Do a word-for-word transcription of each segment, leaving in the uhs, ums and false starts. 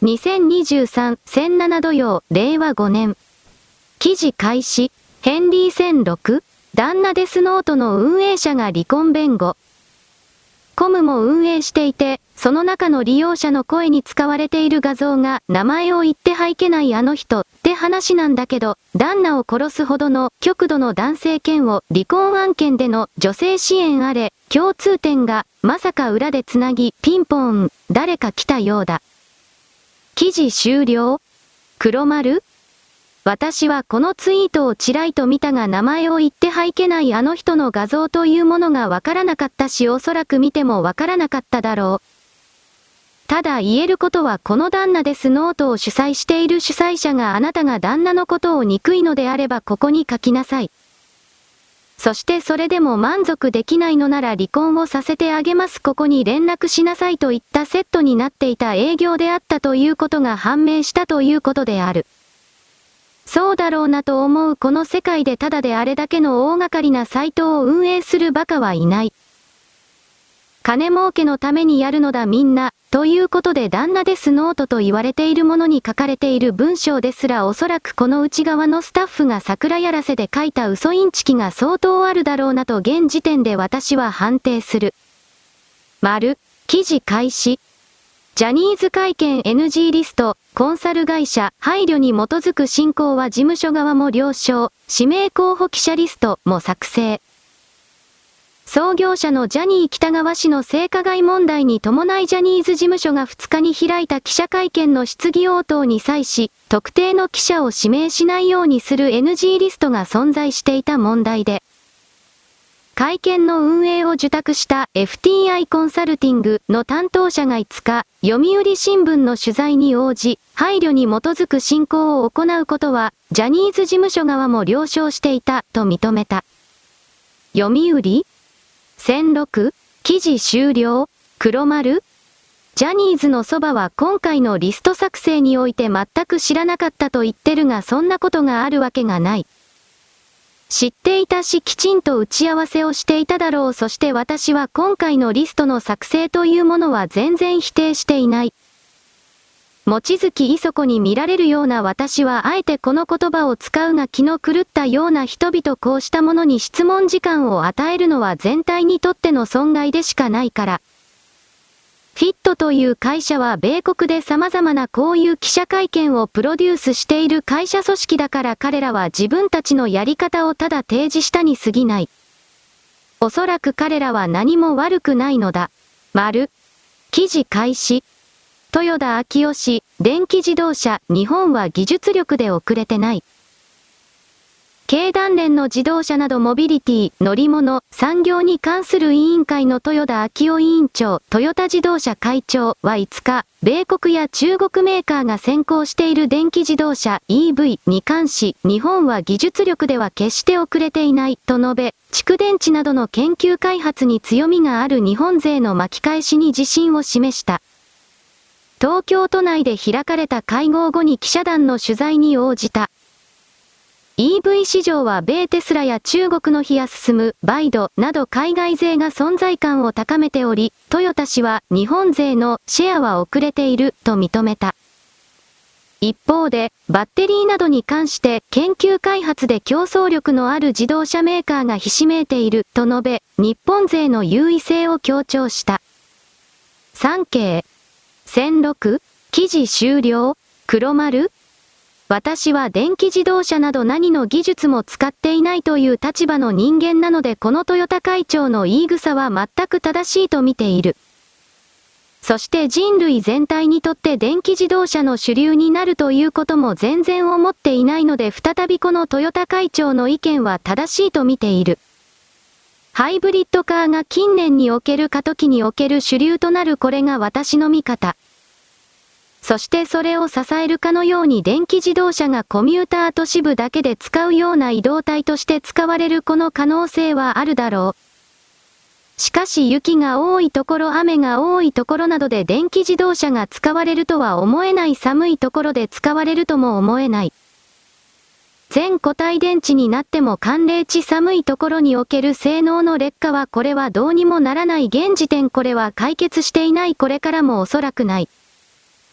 にせんにじゅうさん、せんなな土曜、れいわごねん。記事開始。ヘンリーせんろく、旦那デスノートの運営者が離婚弁護。コムも運営していて、その中の利用者の声に使われている画像が名前を言ってはいけないあの人って話なんだけど、旦那を殺すほどの極度の男性嫌悪離婚案件での女性支援あれ、共通点がまさか裏でつなぎピンポーン、誰か来たようだ。記事終了？黒丸？私はこのツイートをちらりと見たが名前を言ってはいけないあの人の画像というものがわからなかったしおそらく見てもわからなかっただろう。ただ言えることはこの旦那デスノートを主催している主催者があなたが旦那のことを憎いのであればここに書きなさい。そしてそれでも満足できないのなら離婚をさせてあげますここに連絡しなさいといったセットになっていた営業であったということが判明したということである。そうだろうなと思うこの世界でただであれだけの大掛かりなサイトを運営するバカはいない。金儲けのためにやるのだみんな、ということで旦那デスノートと言われているものに書かれている文章ですらおそらくこの内側のスタッフが桜やらせで書いた嘘インチキが相当あるだろうなと現時点で私は判定する。丸、記事開始。ジャニーズ会見 エヌジー リスト、コンサル会社、配慮に基づく進行は事務所側も了承、指名候補記者リストも作成。創業者のジャニー喜多川氏の性加害問題に伴いジャニーズ事務所がふつかに開いた記者会見の質疑応答に際し、特定の記者を指名しないようにする エヌジー リストが存在していた問題で、会見の運営を受託した エフティーアイ コンサルティングの担当者がいつか、読売新聞の取材に応じ、配慮に基づく進行を行うことは、ジャニーズ事務所側も了承していたと認めた。読売？せんろく？記事終了？黒丸？ジャニーズのそばは今回のリスト作成において全く知らなかったと言ってるがそんなことがあるわけがない。知っていたしきちんと打ち合わせをしていただろうそして私は今回のリストの作成というものは全然否定していない。望月磯子に見られるような私はあえてこの言葉を使うが気の狂ったような人々こうしたものに質問時間を与えるのは全体にとっての損害でしかないから。フィットという会社は米国で様々なこういう記者会見をプロデュースしている会社組織だから彼らは自分たちのやり方をただ提示したに過ぎない。おそらく彼らは何も悪くないのだ。丸。記事開始。豊田章男氏、電気自動車、日本は技術力で遅れてない。経団連の自動車などモビリティ、乗り物、産業に関する委員会の豊田章男委員長、トヨタ自動車会長はいつか、米国や中国メーカーが先行している電気自動車 イーブイ に関し、日本は技術力では決して遅れていないと述べ、蓄電池などの研究開発に強みがある日本勢の巻き返しに自信を示した。東京都内で開かれた会合後に記者団の取材に応じた。イーブイ 市場は米テスラや中国の比や進む、バイドなど海外勢が存在感を高めており、トヨタ氏は日本勢のシェアは遅れていると認めた。一方で、バッテリーなどに関して研究開発で競争力のある自動車メーカーがひしめいていると述べ、日本勢の優位性を強調した。産経。せんろく？記事終了？黒丸？私は電気自動車など何の技術も使っていないという立場の人間なのでこのトヨタ会長の言い草は全く正しいと見ている。そして人類全体にとって電気自動車の主流になるということも全然思っていないので再びこのトヨタ会長の意見は正しいと見ている。ハイブリッドカーが近年における過渡期における主流となるこれが私の見方。そしてそれを支えるかのように電気自動車がコミューター都市部だけで使うような移動体として使われるこの可能性はあるだろう。しかし雪が多いところ雨が多いところなどで電気自動車が使われるとは思えない寒いところで使われるとも思えない。全固体電池になっても寒冷地寒いところにおける性能の劣化はこれはどうにもならない現時点これは解決していないこれからもおそらくない。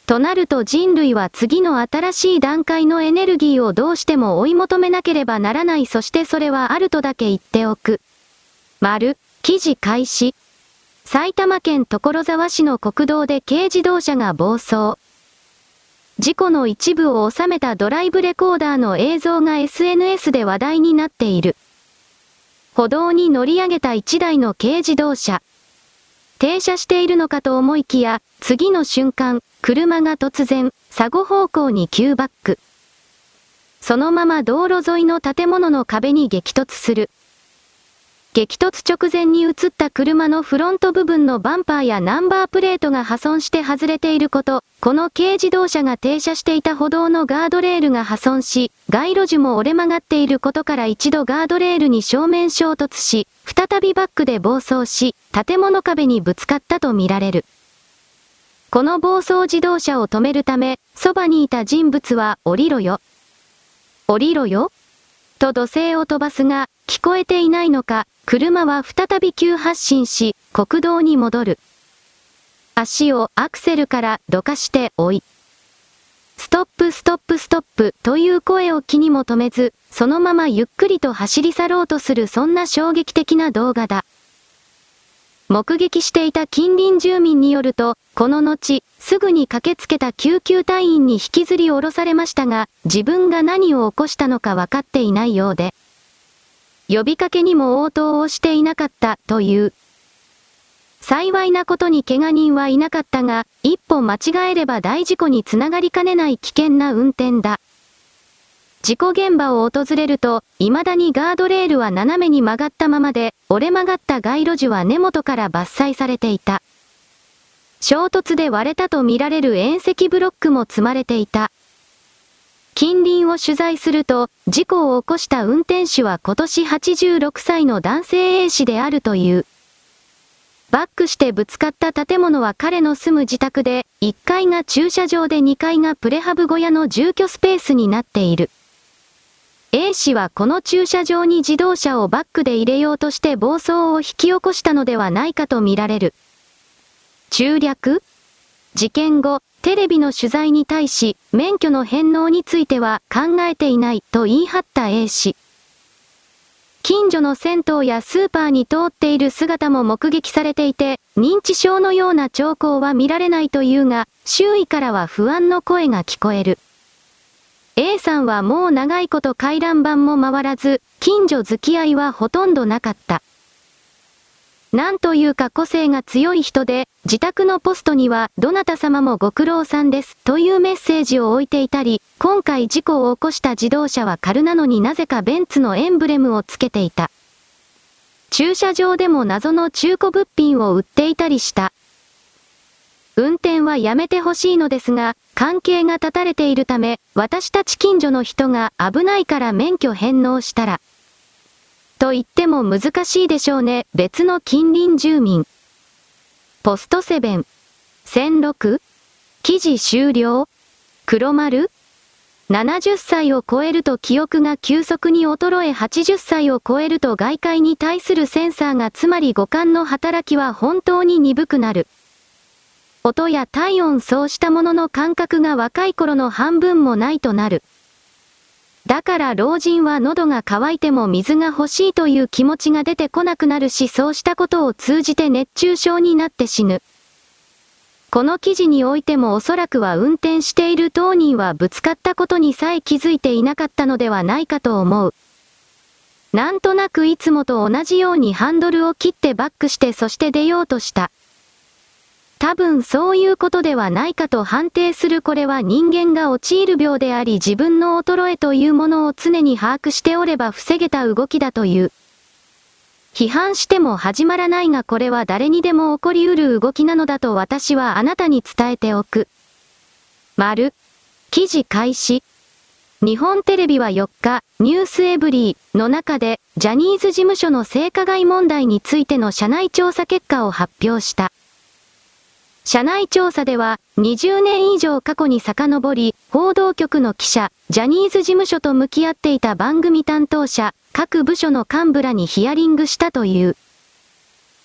となると人類は次の新しい段階のエネルギーをどうしても追い求めなければならない。そしてそれはあるとだけ言っておく。丸、記事開始。埼玉県所沢市の国道で軽自動車が暴走。事故の一部を収めたドライブレコーダーの映像が エスエヌエス で話題になっている。歩道に乗り上げた一台の軽自動車。停車しているのかと思いきや、次の瞬間、車が突然、左後方向に急バック。そのまま道路沿いの建物の壁に激突する。激突直前に映った車のフロント部分のバンパーやナンバープレートが破損して外れていること、この軽自動車が停車していた歩道のガードレールが破損し、街路樹も折れ曲がっていることから一度ガードレールに正面衝突し、再びバックで暴走し、建物壁にぶつかったとみられる。この暴走自動車を止めるため、そばにいた人物は降りろよ。降りろよと怒声を飛ばすが、聞こえていないのか、車は再び急発進し、国道に戻る。足をアクセルからどかして追い。ストップストップストップという声を気にも留めず、そのままゆっくりと走り去ろうとするそんな衝撃的な動画だ。目撃していた近隣住民によると、この後、すぐに駆けつけた救急隊員に引きずり下ろされましたが、自分が何を起こしたのか分かっていないようで、呼びかけにも応答をしていなかったという。幸いなことに怪我人はいなかったが、一歩間違えれば大事故につながりかねない危険な運転だ。事故現場を訪れると、未だにガードレールは斜めに曲がったままで、折れ曲がった街路樹は根元から伐採されていた。衝突で割れたとみられる縁石ブロックも積まれていた。近隣を取材すると、事故を起こした運転手は今年はちじゅうろくさいの男性 A 氏であるという。バックしてぶつかった建物は彼の住む自宅で、いっかいが駐車場でにかいがプレハブ小屋の住居スペースになっている。A 氏はこの駐車場に自動車をバックで入れようとして暴走を引き起こしたのではないかとみられる。中略？事件後、テレビの取材に対し、免許の返納については考えていないと言い張った A 氏。近所の銭湯やスーパーに通っている姿も目撃されていて、認知症のような兆候は見られないというが、周囲からは不安の声が聞こえる。A さんはもう長いこと回覧板も回らず、近所付き合いはほとんどなかった。なんというか個性が強い人で、自宅のポストには、どなた様もご苦労さんです、というメッセージを置いていたり、今回事故を起こした自動車は軽なのになぜかベンツのエンブレムをつけていた。駐車場でも謎の中古物品を売っていたりした。運転はやめてほしいのですが、関係が断たれているため、私たち近所の人が危ないから免許返納したら。と言っても難しいでしょうね、別の近隣住民。ポストセブン。せんろく？記事終了？黒丸？ななじゅっさいを超えると記憶が急速に衰えはちじゅっさいを超えると外界に対するセンサーがつまり五感の働きは本当に鈍くなる。音や体温そうしたものの感覚が若い頃の半分もないとなる。だから老人は喉が渇いても水が欲しいという気持ちが出てこなくなるしそうしたことを通じて熱中症になって死ぬ。この記事においてもおそらくは運転している当人はぶつかったことにさえ気づいていなかったのではないかと思う。なんとなくいつもと同じようにハンドルを切ってバックしてそして出ようとした。多分そういうことではないかと判定するこれは人間が陥る病であり自分の衰えというものを常に把握しておれば防げた動きだという。批判しても始まらないがこれは誰にでも起こりうる動きなのだと私はあなたに伝えておく。丸。記事開始。日本テレビはよっか、ニュースエブリーの中でジャニーズ事務所の性加害問題についての社内調査結果を発表した。社内調査では、にじゅうねん以上過去に遡り、報道局の記者、ジャニーズ事務所と向き合っていた番組担当者、各部署の幹部らにヒアリングしたという。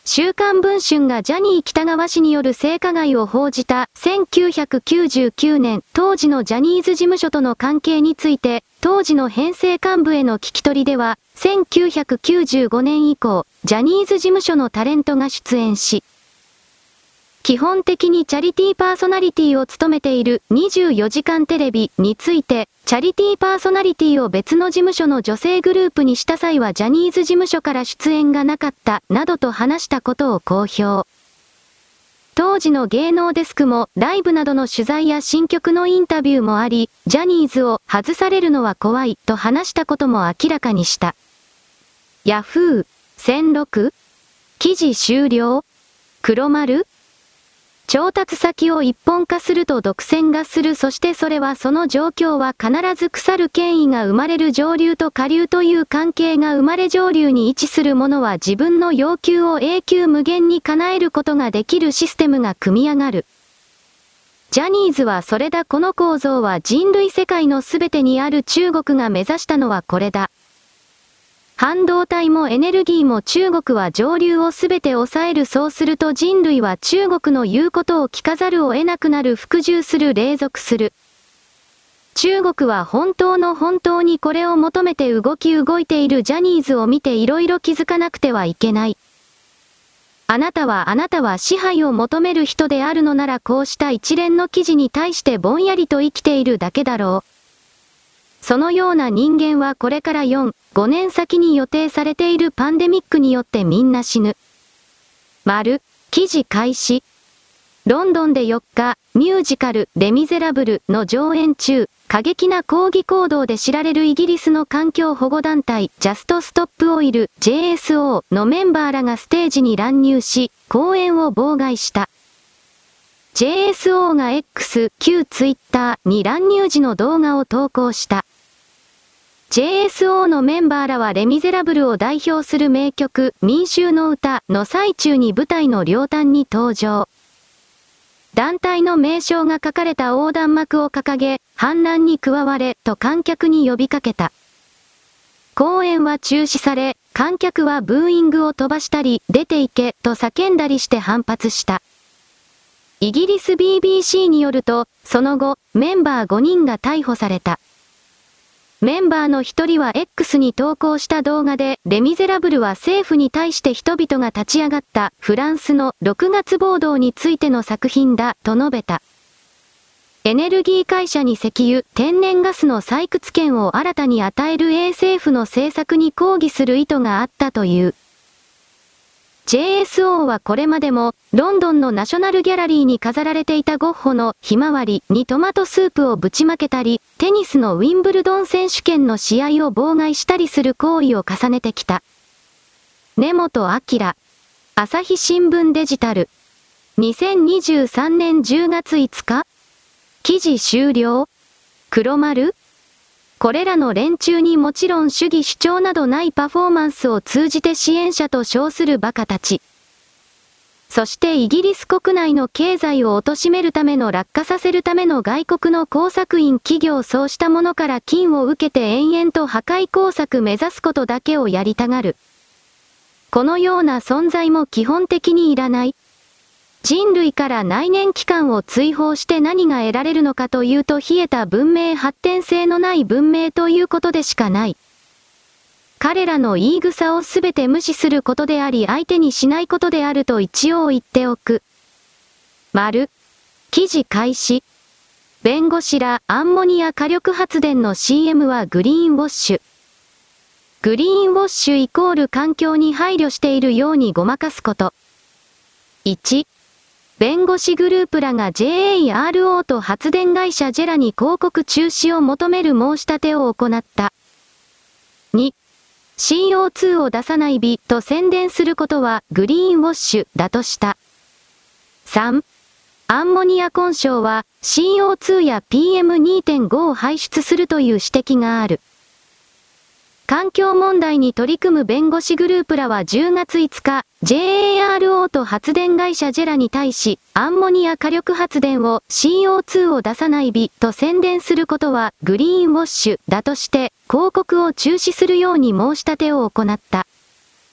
週刊文春がジャニー喜多川氏による性加害を報じたせんきゅうひゃくきゅうじゅうきゅうねん当時のジャニーズ事務所との関係について、当時の編成幹部への聞き取りでは、せんきゅうひゃくきゅうじゅうごねん以降、ジャニーズ事務所のタレントが出演し、基本的にチャリティーパーソナリティを務めているにじゅうよじかんテレビについて、チャリティーパーソナリティを別の事務所の女性グループにした際はジャニーズ事務所から出演がなかった、などと話したことを公表。当時の芸能デスクもライブなどの取材や新曲のインタビューもあり、ジャニーズを外されるのは怖いと話したことも明らかにした。ヤフー、せんろく? 記事終了？黒丸？調達先を一本化すると独占がする。そしてそれはその状況は必ず腐る権威が生まれる。上流と下流という関係が生まれ、上流に位置するものは自分の要求を永久無限に叶えることができるシステムが組み上がる。ジャニーズはそれだ。この構造は人類世界のすべてにある。中国が目指したのはこれだ。半導体もエネルギーも中国は上流をすべて抑える。そうすると人類は中国の言うことを聞かざるを得なくなる。服従する、隷属する。中国は本当の本当にこれを求めて動き動いている。ジャニーズを見ていろいろ気づかなくてはいけない。あなたはあなたは支配を求める人であるのなら、こうした一連の記事に対してぼんやりと生きているだけだろう。そのような人間はこれからよん、ごねん先に予定されているパンデミックによってみんな死ぬ。丸、記事開始。ロンドンでよっか、ミュージカル、レ・ミゼラブルの上演中、過激な抗議行動で知られるイギリスの環境保護団体、ジャスト・ストップ・オイル、ジェーエスオー のメンバーらがステージに乱入し、公演を妨害した。ジェーエスオー が X、旧ツイッターに乱入時の動画を投稿した。ジェーエスオー のメンバーらはレ・ミゼラブルを代表する名曲、民衆の歌の最中に舞台の両端に登場。団体の名称が書かれた横断幕を掲げ、反乱に加われと観客に呼びかけた。公演は中止され、観客はブーイングを飛ばしたり、出て行けと叫んだりして反発した。イギリス ビービーシー によると、その後、メンバーごにんが逮捕された。メンバーの一人は X に投稿した動画で、レ・ミゼラブルは政府に対して人々が立ち上がったフランスのろくがつ暴動についての作品だと述べた。エネルギー会社に石油、天然ガスの採掘権を新たに与える英政府の政策に抗議する意図があったという。ジェーエスオー はこれまでも、ロンドンのナショナルギャラリーに飾られていたゴッホのひまわりにトマトスープをぶちまけたり、テニスのウィンブルドン選手権の試合を妨害したりする行為を重ねてきた。根本明。朝日新聞デジタル。にせんにじゅうさんねんじゅうがついつか？記事終了？黒丸？これらの連中にもちろん主義主張などないパフォーマンスを通じて支援者と称するバカたち。そしてイギリス国内の経済を貶めるための落下させるための外国の工作員企業、そうしたものから金を受けて延々と破壊工作目指すことだけをやりたがる。このような存在も基本的にいらない。人類から内燃機関を追放して何が得られるのかというと、冷えた文明、発展性のない文明ということでしかない。彼らの言い草をすべて無視することであり、相手にしないことであると一応言っておく。丸。記事開始。弁護士らアンモニア火力発電の シーエム はグリーンウォッシュ。グリーンウォッシュイコール環境に配慮しているようにごまかすこと。いち. 弁護士グループらが ジェーエーアールオー と発電会社ジェラに広告中止を求める申し立てを行った。に. シーオーツー を出さない美と宣伝することはグリーンウォッシュだとした。さん. アンモニア混焼は シーオーツー や ピーエムにてんご を排出するという指摘がある。環境問題に取り組む弁護士グループらはじゅうがついつか、ジェーエーアールオー と発電会社ジェラに対し、アンモニア火力発電を シーオーツー を出さない美と宣伝することはグリーンウォッシュだとして、広告を中止するように申し立てを行った。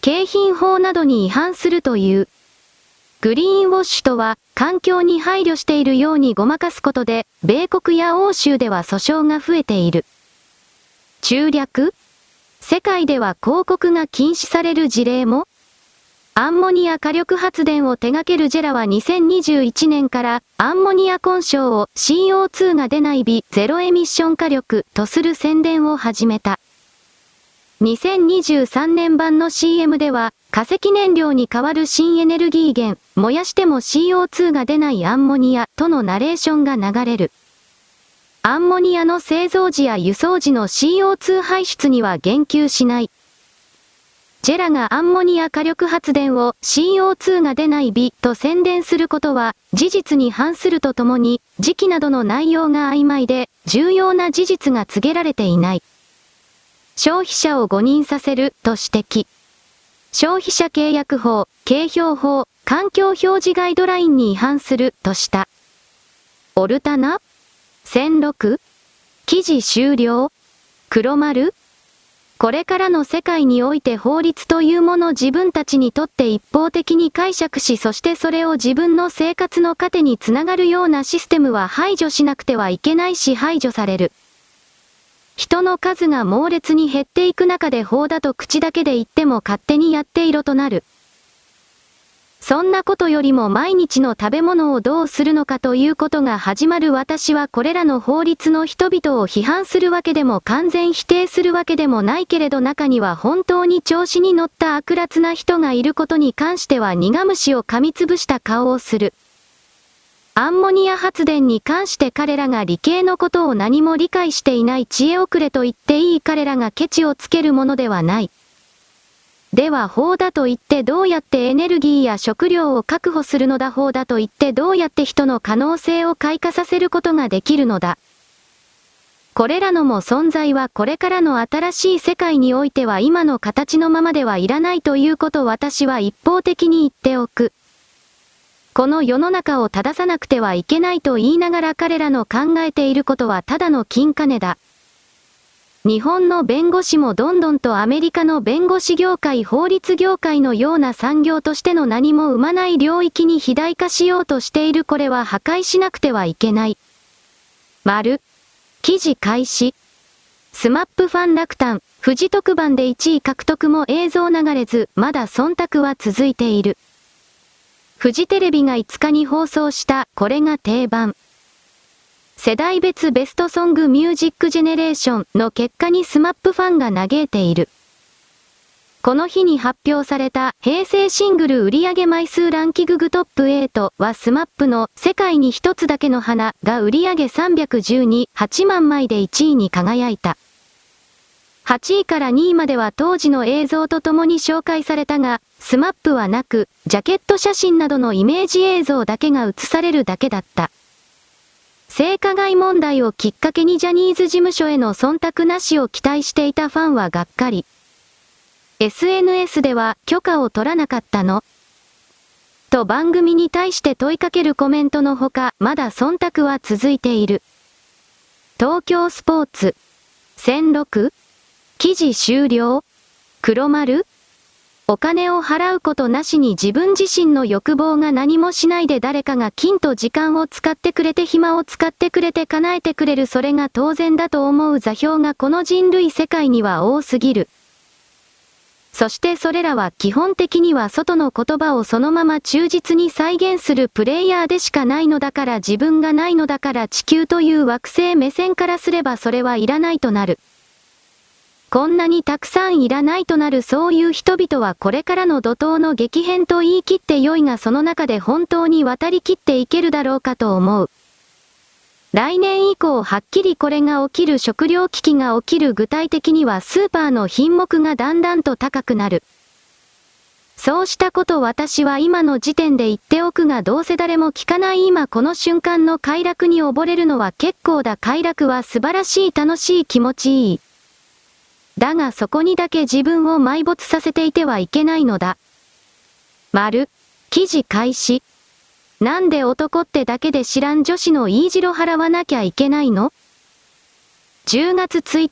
景品法などに違反するという。グリーンウォッシュとは、環境に配慮しているようにごまかすことで、米国や欧州では訴訟が増えている。中略？世界では広告が禁止される事例も？アンモニア火力発電を手掛けるジェラはにせんにじゅういちねんからアンモニア混焼を シーオーツー が出ない微ゼロエミッション火力とする宣伝を始めた。にせんにじゅうさんねん版の シーエム では化石燃料に代わる新エネルギー源、燃やしても シーオーツー が出ないアンモニアとのナレーションが流れる。アンモニアの製造時や輸送時の シーオーツー 排出には言及しない。ジェラがアンモニア火力発電を シーオーツー が出ない微と宣伝することは事実に反するとともに時期などの内容が曖昧で重要な事実が告げられていない。消費者を誤認させると指摘。消費者契約法、景表法、環境表示ガイドラインに違反するとした。オルタナ？せんろく？記事終了？黒丸？これからの世界において法律というもの自分たちにとって一方的に解釈しそしてそれを自分の生活の糧につながるようなシステムは排除しなくてはいけないし排除される。人の数が猛烈に減っていく中で法だと口だけで言っても勝手にやっていろとなる。そんなことよりも毎日の食べ物をどうするのかということが始まる私はこれらの法律の人々を批判するわけでも完全否定するわけでもないけれど中には本当に調子に乗った悪辣な人がいることに関しては苦虫を噛みつぶした顔をする。アンモニア発電に関して彼らが理系のことを何も理解していない知恵遅れと言っていい彼らがケチをつけるものではない。では法だと言ってどうやってエネルギーや食料を確保するのだ法だと言ってどうやって人の可能性を開花させることができるのだ。これらのも存在はこれからの新しい世界においては今の形のままではいらないということを私は一方的に言っておく。この世の中を正さなくてはいけないと言いながら彼らの考えていることはただの金金だ。日本の弁護士もどんどんとアメリカの弁護士業界法律業界のような産業としての何も生まない領域に肥大化しようとしているこれは破壊しなくてはいけない。丸。記事開始。スマップファン落胆、富士特番でいちい獲得も映像流れず、まだ忖度は続いている。フジテレビがいつかに放送したこれが定番。世代別ベストソングミュージックジェネレーションの結果にスマップファンが嘆いている。この日に発表された平成シングル売上枚数ランキングトップはちはスマップの世界に一つだけの花が売上さんびゃくじゅうに、はちまんまいでいちいに輝いた。はちいからにいまでは当時の映像とともに紹介されたが、スマップはなく、ジャケット写真などのイメージ映像だけが映されるだけだった。性加害問題をきっかけにジャニーズ事務所への忖度なしを期待していたファンはがっかり。エスエヌエス では許可を取らなかったの？と番組に対して問いかけるコメントのほか、まだ忖度は続いている。東京スポーツ。せんろく？記事終了？黒丸？お金を払うことなしに自分自身の欲望が何もしないで誰かが金と時間を使ってくれて暇を使ってくれて叶えてくれるそれが当然だと思う座標がこの人類世界には多すぎる。そしてそれらは基本的には外の言葉をそのまま忠実に再現するプレイヤーでしかないのだから自分がないのだから地球という惑星目線からすればそれはいらないとなる。こんなにたくさんいらないとなるそういう人々はこれからの怒涛の激変と言い切ってよいがその中で本当に渡りきっていけるだろうかと思う。来年以降はっきりこれが起きる食糧危機が起きる具体的にはスーパーの品目がだんだんと高くなる。そうしたこと私は今の時点で言っておくがどうせ誰も聞かない今この瞬間の快楽に溺れるのは結構だ快楽は素晴らしい楽しい気持ちいい。だがそこにだけ自分を埋没させていてはいけないのだ。丸。記事開始。なんで男ってだけで知らん女子の言いじろ払わなきゃいけないの？じゅうがつついたち、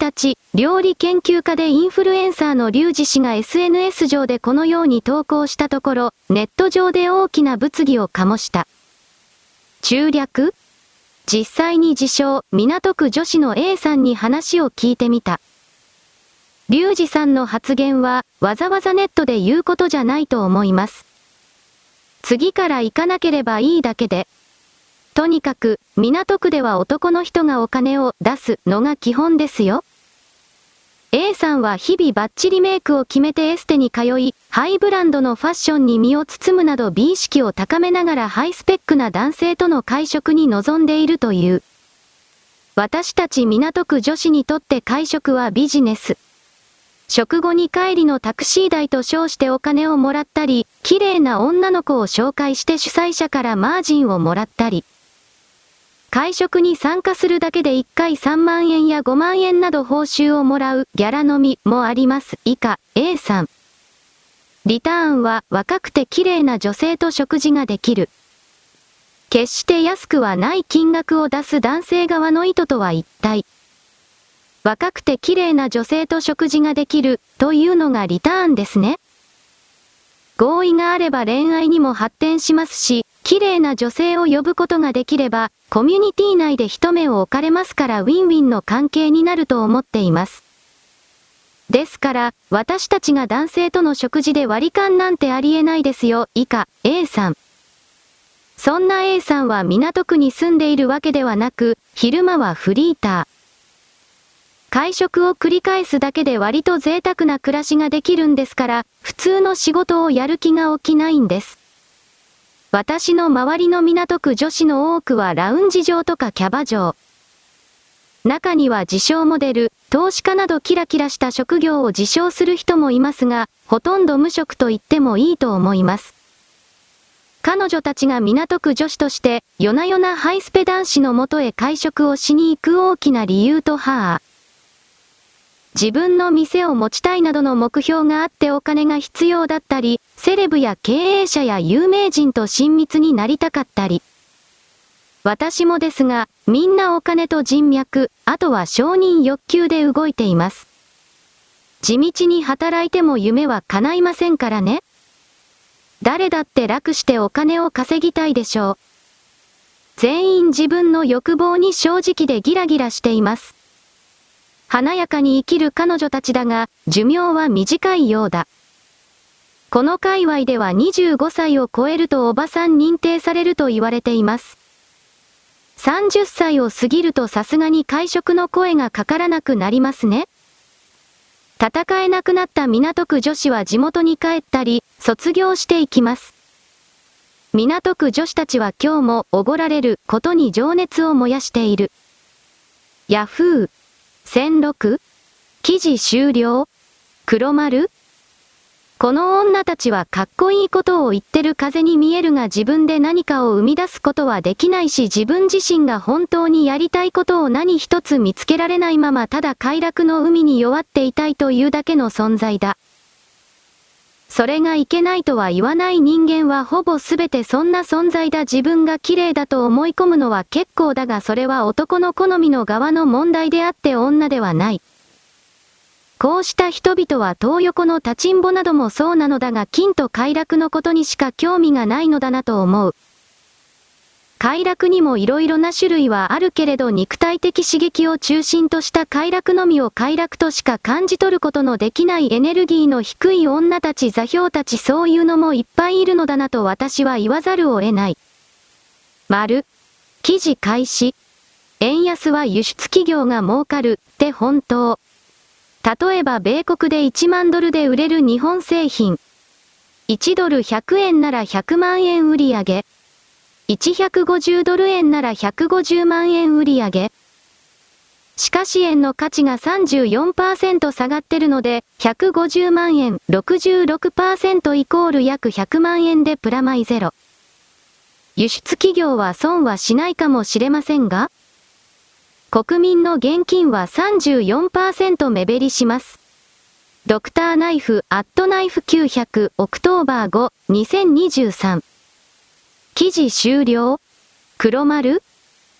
料理研究家でインフルエンサーのリュウジ氏が エスエヌエス 上でこのように投稿したところ、ネット上で大きな物議を醸した。中略？実際に自称、港区女子の A さんに話を聞いてみた。リュウジさんの発言は、わざわざネットで言うことじゃないと思います。次から行かなければいいだけで。とにかく、港区では男の人がお金を出すのが基本ですよ。A さんは日々バッチリメイクを決めてエステに通い、ハイブランドのファッションに身を包むなど美意識を高めながらハイスペックな男性との会食に臨んでいるという。私たち港区女子にとって会食はビジネス。食後に帰りのタクシー代と称してお金をもらったり、綺麗な女の子を紹介して主催者からマージンをもらったり。会食に参加するだけでいっかいさんまんえんやごまんえんなど報酬をもらうギャラ飲みもあります。以下、A さん。リターンは若くて綺麗な女性と食事ができる。決して安くはない金額を出す男性側の意図とは一体。若くて綺麗な女性と食事ができるというのがリターンですね。合意があれば恋愛にも発展しますし、綺麗な女性を呼ぶことができれば、コミュニティ内で一目を置かれますからウィンウィンの関係になると思っています。ですから、私たちが男性との食事で割り勘なんてありえないですよ。以下、A さん。そんな A さんは港区に住んでいるわけではなく、昼間はフリーター。会食を繰り返すだけで割と贅沢な暮らしができるんですから、普通の仕事をやる気が起きないんです。私の周りの港区女子の多くはラウンジ嬢とかキャバ嬢。中には自称モデル、投資家などキラキラした職業を自称する人もいますが、ほとんど無職と言ってもいいと思います。彼女たちが港区女子として、夜な夜なハイスペ男子の元へ会食をしに行く大きな理由とはあ。自分の店を持ちたいなどの目標があってお金が必要だったり、セレブや経営者や有名人と親密になりたかったり。私もですが、みんなお金と人脈、あとは承認欲求で動いています。地道に働いても夢は叶いませんからね。誰だって楽してお金を稼ぎたいでしょう。全員自分の欲望に正直でギラギラしています。華やかに生きる彼女たちだが、寿命は短いようだ。この界隈ではにじゅうごさいを超えるとおばさん認定されると言われています。さんじゅっさいを過ぎるとさすがに会食の声がかからなくなりますね。戦えなくなった港区女子は地元に帰ったり、卒業していきます。港区女子たちは今日もおごられることに情熱を燃やしている。ヤフーせんろく？記事終了？黒丸？この女たちはかっこいいことを言ってる風に見えるが自分で何かを生み出すことはできないし自分自身が本当にやりたいことを何一つ見つけられないままただ快楽の海に弱っていたいというだけの存在だ。それがいけないとは言わない人間はほぼすべてそんな存在だ。自分が綺麗だと思い込むのは結構だがそれは男の好みの側の問題であって女ではない。こうした人々は東横の立ちんぼなどもそうなのだが金と快楽のことにしか興味がないのだなと思う。快楽にも色々な種類はあるけれど肉体的刺激を中心とした快楽のみを快楽としか感じ取ることのできないエネルギーの低い女たち座標たちそういうのもいっぱいいるのだなと私は言わざるを得ない。丸。記事開始。円安は輸出企業が儲かるって本当。例えば米国でいちまんドルで売れる日本製品。いちドルひゃくえんならひゃくまんえん売り上げ。ひゃくごじゅうドル円ならひゃくごじゅうまんえん売り上げ。しかし円の価値が さんじゅうよんパーセント 下がってるので、ひゃくごじゅうまんえん、ろくじゅうろくパーセント イコール約ひゃくまんえんでプラマイゼロ。輸出企業は損はしないかもしれませんが、国民の現金は さんじゅうよんパーセント 目減りします。ドクターナイフ、アットナイフきゅうひゃく、オクトーバーご、にせんにじゅうさん。記事終了？黒丸？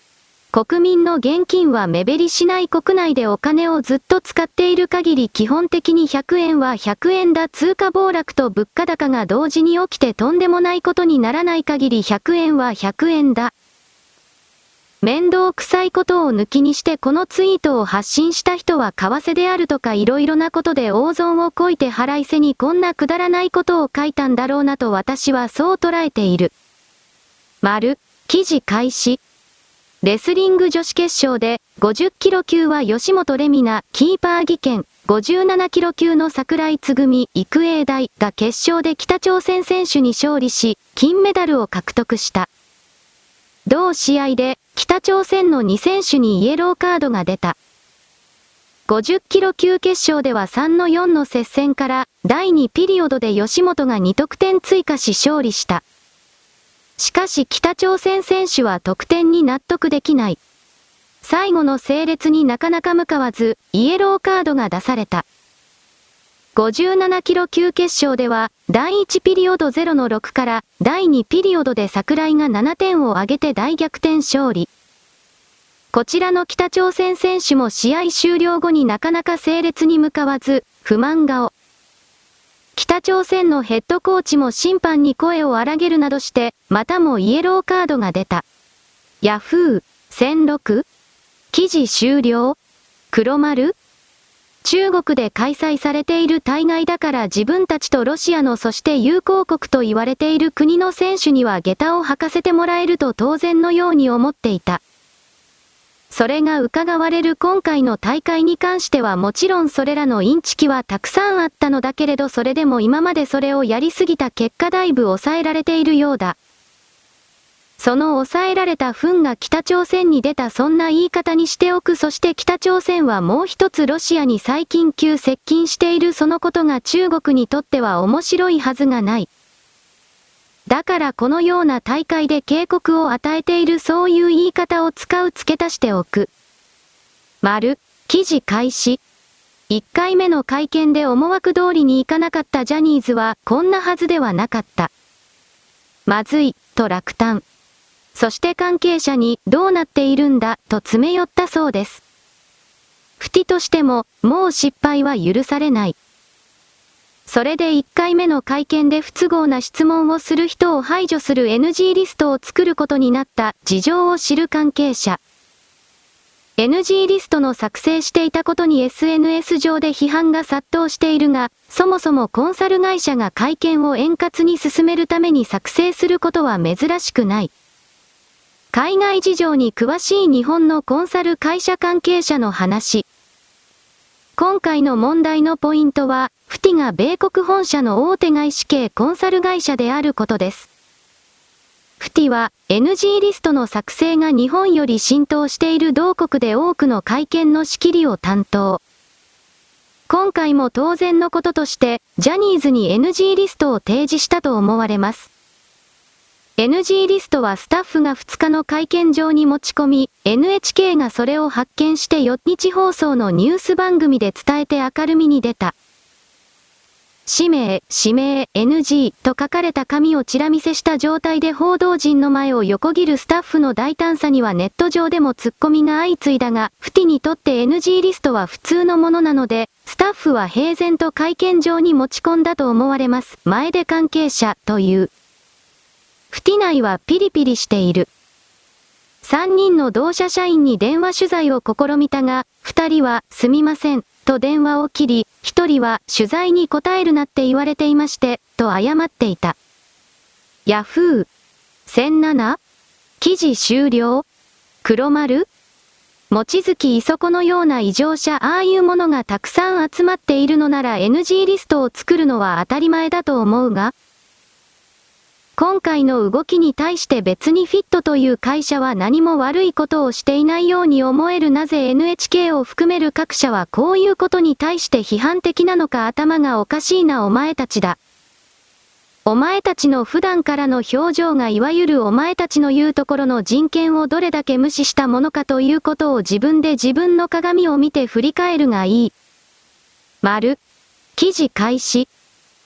国民の現金は目減りしない。国内でお金をずっと使っている限り基本的にひゃくえんはひゃくえんだ。通貨暴落と物価高が同時に起きてとんでもないことにならない限りひゃくえんはひゃくえんだ。面倒くさいことを抜きにしてこのツイートを発信した人は為替であるとかいろいろなことで大損をこいて腹いせにこんなくだらないことを書いたんだろうなと私はそう捉えている。丸、記事開始。レスリング女子決勝でごじゅっキロ級は吉本レミナ、キーパー技研、ごじゅうななキロ級の桜井つぐみ、育英大が決勝で北朝鮮選手に勝利し、金メダルを獲得した。同試合で北朝鮮のに選手にイエローカードが出た。ごじゅっキロ級決勝ではさんのよんの接戦からだいにピリオドで吉本がに得点追加し勝利した。しかし北朝鮮選手は得点に納得できない。最後の整列になかなか向かわず、イエローカードが出された。ごじゅうななキロ級決勝では、だいいちピリオドゼロのろくからだいにピリオドで桜井がななてんを挙げて大逆転勝利。こちらの北朝鮮選手も試合終了後になかなか整列に向かわず、不満顔。北朝鮮のヘッドコーチも審判に声を荒げるなどして、またもイエローカードが出た。ヤフー、せんろく? 記事終了？黒丸？中国で開催されている大会だから自分たちとロシアのそして友好国と言われている国の選手には下駄を履かせてもらえると当然のように思っていた。それが伺われる今回の大会に関してはもちろんそれらのインチキはたくさんあったのだけれどそれでも今までそれをやりすぎた結果だいぶ抑えられているようだ。その抑えられた糞が北朝鮮に出たそんな言い方にしておく。そして北朝鮮はもう一つロシアに最近急接近しているそのことが中国にとっては面白いはずがない。だからこのような大会で警告を与えているそういう言い方を使う付け足しておく。丸、記事開始。いっかいめの会見で思惑通りにいかなかったジャニーズはこんなはずではなかった。まずい、と落胆。そして関係者にどうなっているんだ、と詰め寄ったそうです。フティとしても、もう失敗は許されない。それでいっかいめの会見で不都合な質問をする人を排除する エヌジー リストを作ることになった事情を知る関係者。エヌジー リストの作成していたことに エスエヌエス 上で批判が殺到しているが、そもそもコンサル会社が会見を円滑に進めるために作成することは珍しくない。海外事情に詳しい日本のコンサル会社関係者の話。今回の問題のポイントは、フティが米国本社の大手外資系コンサル会社であることです。フティは エヌジー リストの作成が日本より浸透している同国で多くの会見の仕切りを担当。今回も当然のこととして、ジャニーズに エヌジー リストを提示したと思われます。エヌジー リストはスタッフがふつかの会見場に持ち込み、エヌエイチケー がそれを発見してよっ日放送のニュース番組で伝えて明るみに出た。氏名、氏名、エヌジー と書かれた紙をチラ見せした状態で報道陣の前を横切るスタッフの大胆さにはネット上でもツッコミが相次いだが、フティにとって エヌジー リストは普通のものなので、スタッフは平然と会見場に持ち込んだと思われます。前で関係者という。フティ内はピリピリしている。さんにんの同社社員に電話取材を試みたが、ふたりはすみません、と電話を切り、ひとりは取材に答えるなって言われていまして、と謝っていた。ヤフー。せんなな? 記事終了？黒丸？望月磯子のような異常者ああいうものがたくさん集まっているのなら エヌジー リストを作るのは当たり前だと思うが、今回の動きに対して別にフィットという会社は何も悪いことをしていないように思える。なぜ エヌエイチケー を含める各社はこういうことに対して批判的なのか。頭がおかしいなお前たちだ。お前たちの普段からの表情がいわゆるお前たちの言うところの人権をどれだけ無視したものかということを自分で自分の鏡を見て振り返るがいい。丸。記事開始。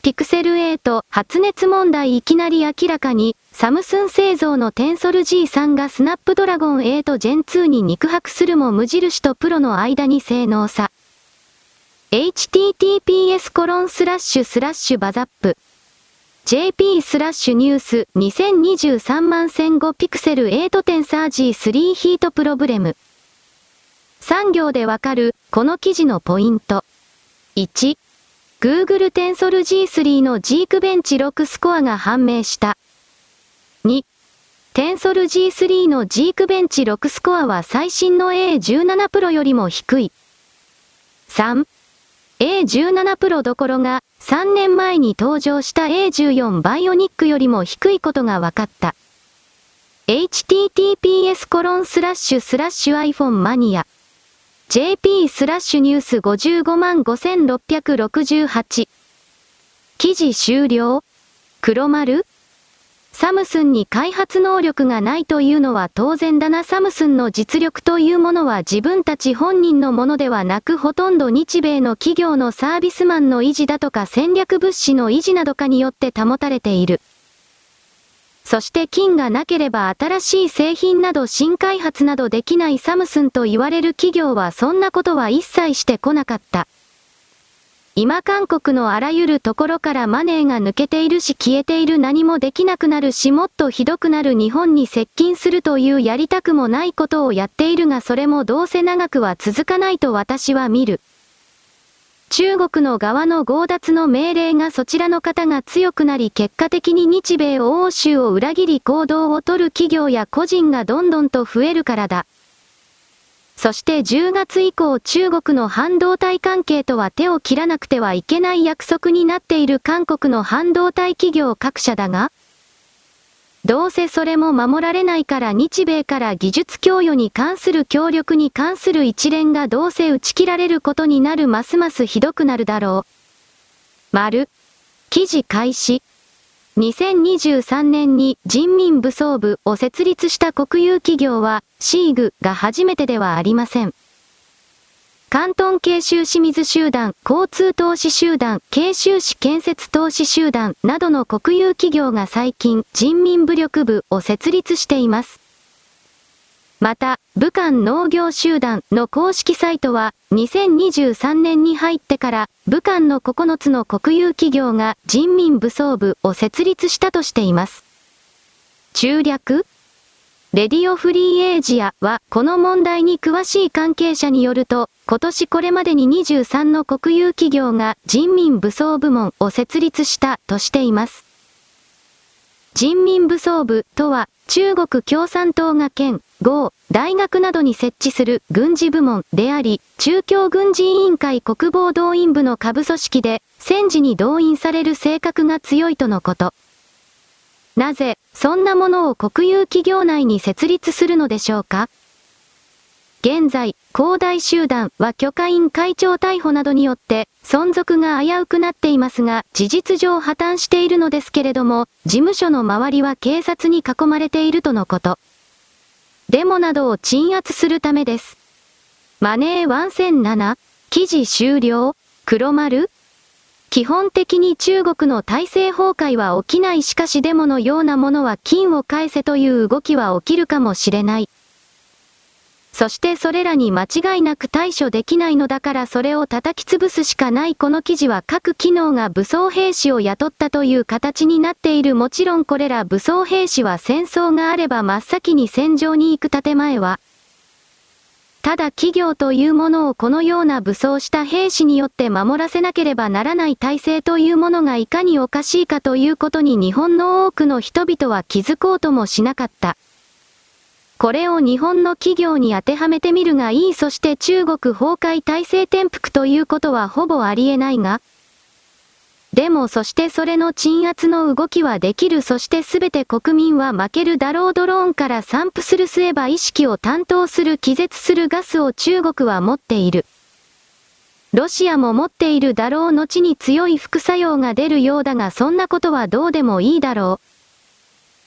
ピクセルエイト発熱問題いきなり明らかに、サムスン製造のテンソル ジースリー がスナップドラゴンエイトジェンツーに肉薄するも無印とプロの間に性能差。エイチティーティーピーエスコロンスラッシュスラッシュバザップ。ジェーピー スラッシュニュースにせんにじゅうさんまんせんごピクセルエイトテンサー ジースリー ヒートプロブレム。さん行でわかる、この記事のポイント。いち、Google テンソル ジースリー の ジークベンチろくスコアが判明した。に、テンソル ジースリー の ジークベンチろくスコアは最新の エーじゅうなな プロよりも低い。さん、エーじゅうなな プロどころがさんねんまえに登場した エーじゅうよん バイオニックよりも低いことが分かった。エイチティーティーピーエスコロンスラッシュスラッシュ iPhone マニア。ジェーピー スラッシュニュースごじゅうごまんごせんろっぴゃくろくじゅうはち。記事終了？黒丸？サムスンに開発能力がないというのは当然だな。サムスンの実力というものは自分たち本人のものではなくほとんど日米の企業のサービスマンの維持だとか戦略物資の維持などかによって保たれている。そして金がなければ新しい製品など新開発などできないサムスンと言われる企業はそんなことは一切してこなかった。今韓国のあらゆるところからマネーが抜けているし消えている何もできなくなるしもっとひどくなる日本に接近するというやりたくもないことをやっているがそれもどうせ長くは続かないと私は見る。中国の側の強奪の命令がそちらの方が強くなり結果的に日米欧州を裏切り行動を取る企業や個人がどんどんと増えるからだ。そしてじゅうがつ以降中国の半導体関係とは手を切らなくてはいけない約束になっている韓国の半導体企業各社だが、どうせそれも守られないから日米から技術供与に関する協力に関する一連がどうせ打ち切られることになるますますひどくなるだろう。丸。記事開始。にせんにじゅうさんねんに人民武装部を設立した国有企業はシーグが初めてではありません。広東慶州清水集団、交通投資集団、慶州市建設投資集団などの国有企業が最近人民武力部を設立しています。また、武漢農業集団の公式サイトは、にせんにじゅうさんねんに入ってから、武漢のここのつの国有企業が人民武装部を設立したとしています。中略？レディオフリーエイジアは、この問題に詳しい関係者によると、今年これまでににじゅうさんの国有企業が人民武装部門を設立したとしています。人民武装部とは、中国共産党が県、豪、大学などに設置する軍事部門であり、中共軍事委員会国防動員部の下部組織で、戦時に動員される性格が強いとのこと。なぜ、そんなものを国有企業内に設立するのでしょうか？現在、恒大集団は許可員会長逮捕などによって、存続が危うくなっていますが、事実上破綻しているのですけれども、事務所の周りは警察に囲まれているとのこと。デモなどを鎮圧するためです。マネーせんなな、記事終了？黒丸？基本的に中国の体制崩壊は起きないしかしデモのようなものは金を返せという動きは起きるかもしれない。そしてそれらに間違いなく対処できないのだからそれを叩き潰すしかない。この記事は各機能が武装兵士を雇ったという形になっている。もちろんこれら武装兵士は戦争があれば真っ先に戦場に行く建前は。ただ企業というものをこのような武装した兵士によって守らせなければならない体制というものがいかにおかしいかということに日本の多くの人々は気づこうともしなかった。これを日本の企業に当てはめてみるがいい。そして中国崩壊体制転覆ということはほぼありえないが。でもそしてそれの鎮圧の動きはできる。そしてすべて国民は負けるだろう。ドローンから散布するすれば意識を担当する気絶するガスを中国は持っている。ロシアも持っているだろう。後に強い副作用が出るようだがそんなことはどうでもいいだろう。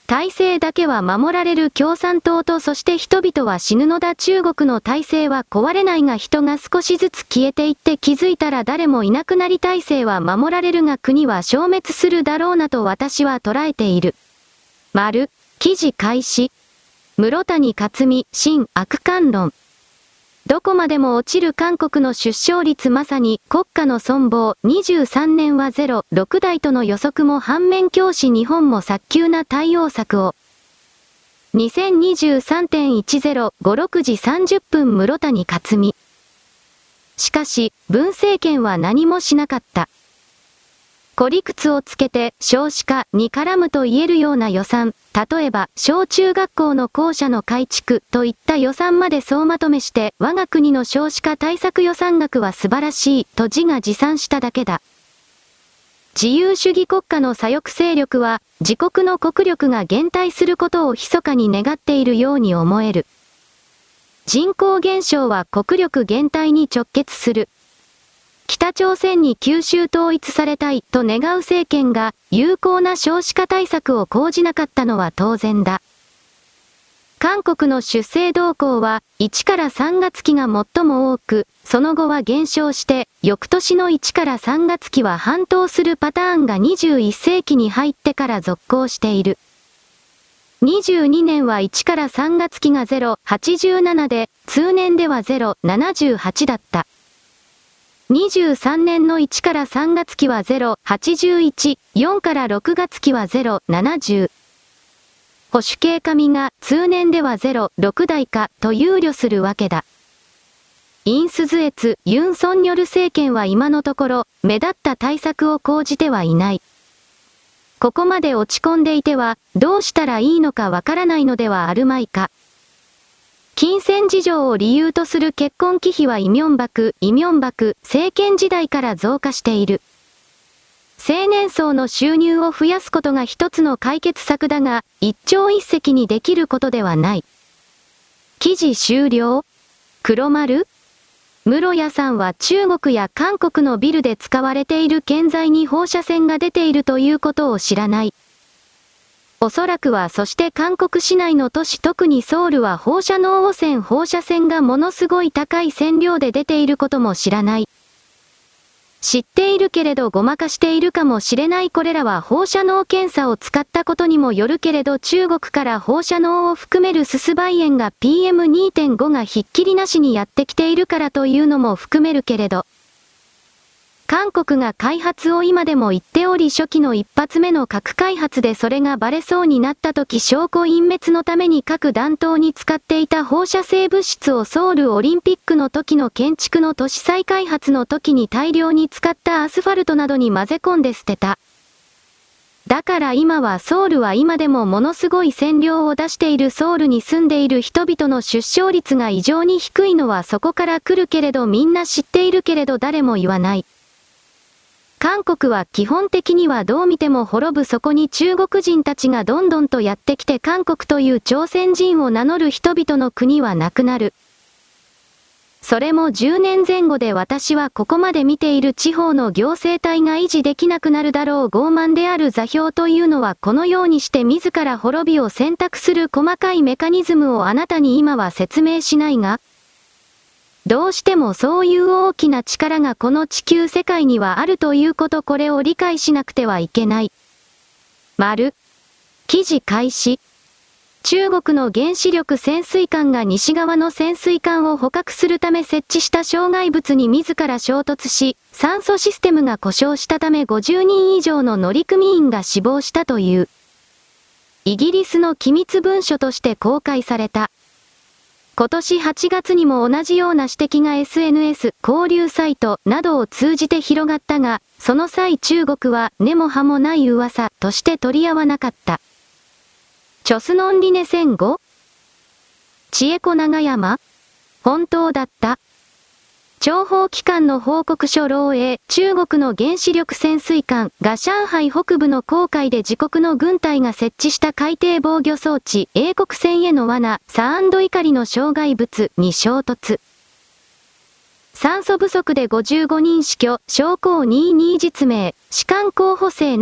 体制だけは守られる共産党とそして人々は死ぬのだ中国の体制は壊れないが人が少しずつ消えていって気づいたら誰もいなくなり体制は守られるが国は消滅するだろうなと私は捉えている。丸、記事開始。室谷克美、新悪貫論。どこまでも落ちる韓国の出生率まさに国家の存亡、にじゅうさんねんはゼロ、ろくだいとの予測も反面教師日本も早急な対応策を。にせんにじゅうさんてんいちゼロ、ご、ろくじさんじゅっぷん室谷克美。しかし、文政権は何もしなかった。孤理屈をつけて少子化に絡むと言えるような予算、例えば小中学校の校舎の改築といった予算まで総まとめして我が国の少子化対策予算額は素晴らしいと自画自賛しただけだ。自由主義国家の左翼勢力は自国の国力が減退することを密かに願っているように思える。人口減少は国力減退に直結する。北朝鮮に九州統一されたいと願う政権が有効な少子化対策を講じなかったのは当然だ。韓国の出生動向はいちからさんがつ期が最も多く、その後は減少して、翌年のいちからさんがつ期は半島するパターンがにじゅういっせいきに入ってから続行している。にじゅうにねんはいちからさんがつ期がゼロ、はちじゅうななで、通年ではゼロ、ななじゅうはちだった。にじゅうさんねんのいちからさんがつ期はゼロ、はちじゅういち、よんからろくがつ期はゼロ、ななじゅう。保守系神が通年ではゼロ、ろくだいかと憂慮するわけだ。インスズエツ、ユン・ソンニョル政権は今のところ目立った対策を講じてはいない。ここまで落ち込んでいてはどうしたらいいのかわからないのではあるまいか。金銭事情を理由とする結婚忌避はイ・ミョンバク、イ・ミョンバク政権時代から増加している。青年層の収入を増やすことが一つの解決策だが、一朝一夕にできることではない。記事終了。黒丸？室谷さんは中国や韓国のビルで使われている建材に放射線が出ているということを知らない。おそらくはそして韓国市内の都市特にソウルは放射能汚染放射線がものすごい高い線量で出ていることも知らない。知っているけれどごまかしているかもしれないこれらは放射能検査を使ったことにもよるけれど中国から放射能を含めるススバイ塩が ピーエムにてんご がひっきりなしにやってきているからというのも含めるけれど。韓国が開発を今でも言っており初期の一発目の核開発でそれがバレそうになった時証拠隠滅のために核弾頭に使っていた放射性物質をソウルオリンピックの時の建築の都市再開発の時に大量に使ったアスファルトなどに混ぜ込んで捨てた。だから今はソウルは今でもものすごい線量を出しているソウルに住んでいる人々の出生率が異常に低いのはそこから来るけれどみんな知っているけれど誰も言わない。韓国は基本的にはどう見ても滅ぶそこに中国人たちがどんどんとやってきて韓国という朝鮮人を名乗る人々の国はなくなる。それもじゅうねんぜん後で私はここまで見ている地方の行政体が維持できなくなるだろう傲慢である座標というのはこのようにして自ら滅びを選択する細かいメカニズムをあなたに今は説明しないがどうしてもそういう大きな力がこの地球世界にはあるということこれを理解しなくてはいけない。丸。記事開始。中国の原子力潜水艦が西側の潜水艦を捕獲するため設置した障害物に自ら衝突し、酸素システムが故障したためごじゅうにん以上の乗組員が死亡したという。イギリスの機密文書として公開された。今年はちがつにも同じような指摘が エスエヌエス、交流サイトなどを通じて広がったが、その際中国は根も葉もない噂として取り合わなかった。チョスノンリネ戦後？千恵子長山？本当だった？諜報機関の報告書漏洩、中国の原子力潜水艦が上海北部の黄海で自国の軍隊が設置した海底防御装置、英国船への罠、サーンド怒りの障害物に衝突。酸素不足でごじゅうごにん死去、将校にじゅうに実名、士官候補生なな、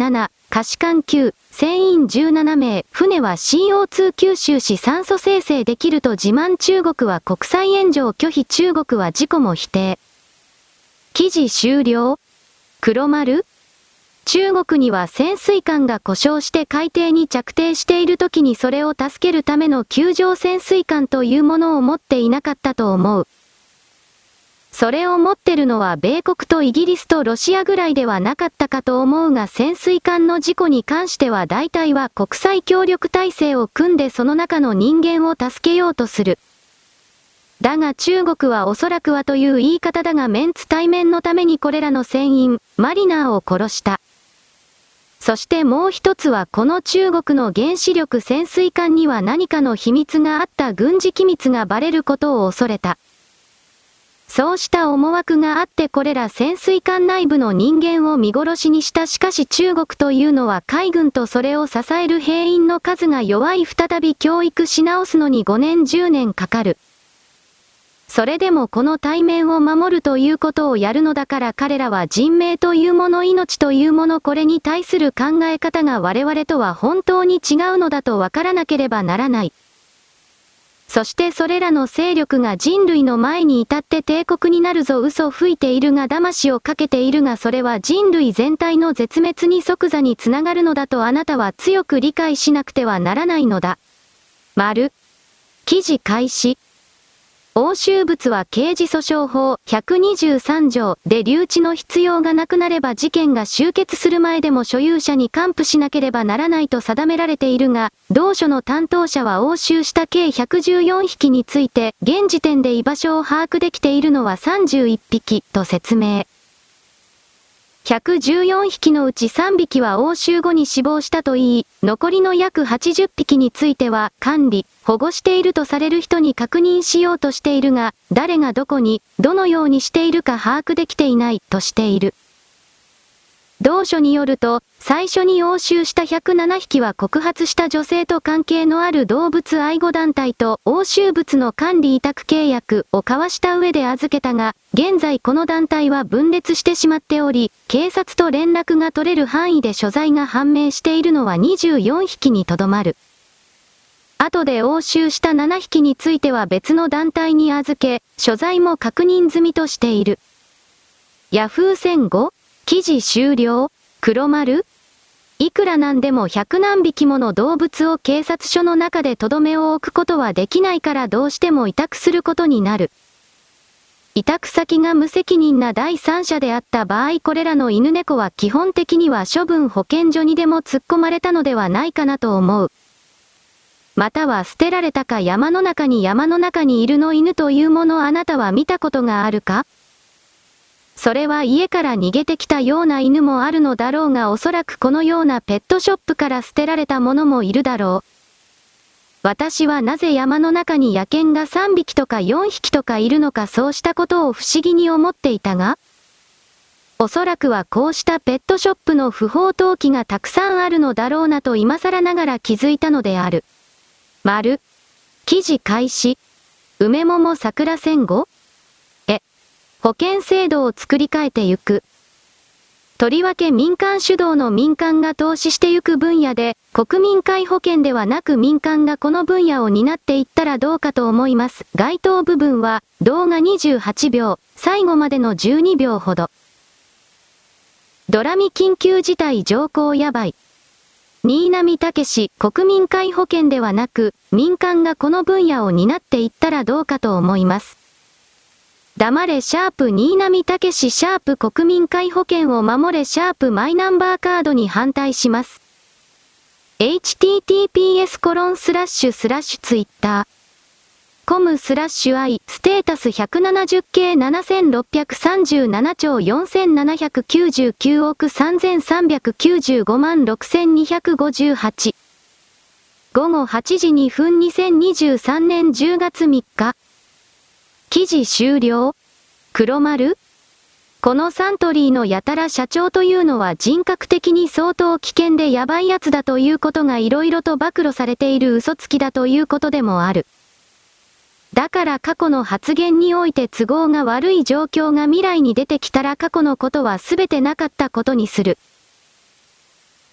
下士官きゅう、船員じゅうななめい、船は シーオーツー 吸収し酸素生成できると自慢。中国は国際援助を拒否。中国は事故も否定。記事終了。黒丸？中国には潜水艦が故障して海底に着底している時にそれを助けるための救助潜水艦というものを持っていなかったと思う。それを持ってるのは米国とイギリスとロシアぐらいではなかったかと思うが、潜水艦の事故に関しては大体は国際協力体制を組んでその中の人間を助けようとする。だが中国はおそらくはという言い方だがメンツ対面のためにこれらの船員、マリナーを殺した。そしてもう一つはこの中国の原子力潜水艦には何かの秘密があった。軍事機密がバレることを恐れた。そうした思惑があってこれら潜水艦内部の人間を見殺しにした。しかし中国というのは海軍とそれを支える兵員の数が弱い。再び教育し直すのにごねんじゅうねんかかる。それでもこの対面を守るということをやるのだから彼らは人命というもの、命というもの、これに対する考え方が我々とは本当に違うのだと分からなければならない。そしてそれらの勢力が人類の前に至って帝国になるぞ。嘘吹いているが騙しをかけているがそれは人類全体の絶滅に即座につながるのだとあなたは強く理解しなくてはならないのだ。丸。記事開始。押収物は刑事訴訟法ひゃくにじゅうさんじょうで留置の必要がなくなれば事件が終結する前でも所有者に還付しなければならないと定められているが、同書の担当者は押収した計ひゃくじゅうよんひきについて、現時点で居場所を把握できているのはさんじゅういっぴきと説明。ひゃくじゅうよんひきのうちさんびきは押収後に死亡したといい、残りの約はちじゅっぴきについては管理、保護しているとされる人に確認しようとしているが、誰がどこに、どのようにしているか把握できていないとしている。同書によると、最初に押収したひゃくななひきは告発した女性と関係のある動物愛護団体と押収物の管理委託契約を交わした上で預けたが、現在この団体は分裂してしまっており、警察と連絡が取れる範囲で所在が判明しているのはにじゅうよんひきにとどまる。後で押収したななひきについては別の団体に預け、所在も確認済みとしている。ヤフー戦後？記事終了？黒丸？いくらなんでも百何匹もの動物を警察署の中でとどめを置くことはできないからどうしても委託することになる。委託先が無責任な第三者であった場合これらの犬猫は基本的には処分保健所にでも突っ込まれたのではないかなと思う。または捨てられたか山の中に山の中にいるの犬というものあなたは見たことがあるか？それは家から逃げてきたような犬もあるのだろうがおそらくこのようなペットショップから捨てられたものもいるだろう。私はなぜ山の中に野犬がさんびきとかよんひきとかいるのかそうしたことを不思議に思っていたが、おそらくはこうしたペットショップの不法投棄がたくさんあるのだろうなと今更ながら気づいたのである。丸。記事開始。梅桃桜戦後？保険制度を作り変えてゆく。とりわけ民間主導の民間が投資してゆく分野で、国民皆保険ではなく民間がこの分野を担っていったらどうかと思います。該当部分は、動画にじゅうはちびょう、最後までのじゅうにびょうほど。ドラミ緊急事態条項やばい。新浪たけし、国民皆保険ではなく、民間がこの分野を担っていったらどうかと思います。黙れシャープ新浪たけしシャープ国民皆保険を守れシャープマイナンバーカードに反対します。エイチティーティーピーエスコロンスラッシュスラッシュツイッターコムスラッシュ i ステータス ひゃくななじゅうケーななせんろっぴゃくさんじゅうななちょうよんせんななひゃくきゅうじゅうきゅうおくさんぜんさんびゃくきゅうじゅうごまんろくせんにひゃくごじゅうはちごごはちじにふんにせんにじゅうさんねんじゅうがつみっか記事終了？黒丸？このサントリーのやたら社長というのは人格的に相当危険でやばいやつだということが色々と暴露されている嘘つきだということでもある。だから過去の発言において都合が悪い状況が未来に出てきたら過去のことは全てなかったことにする。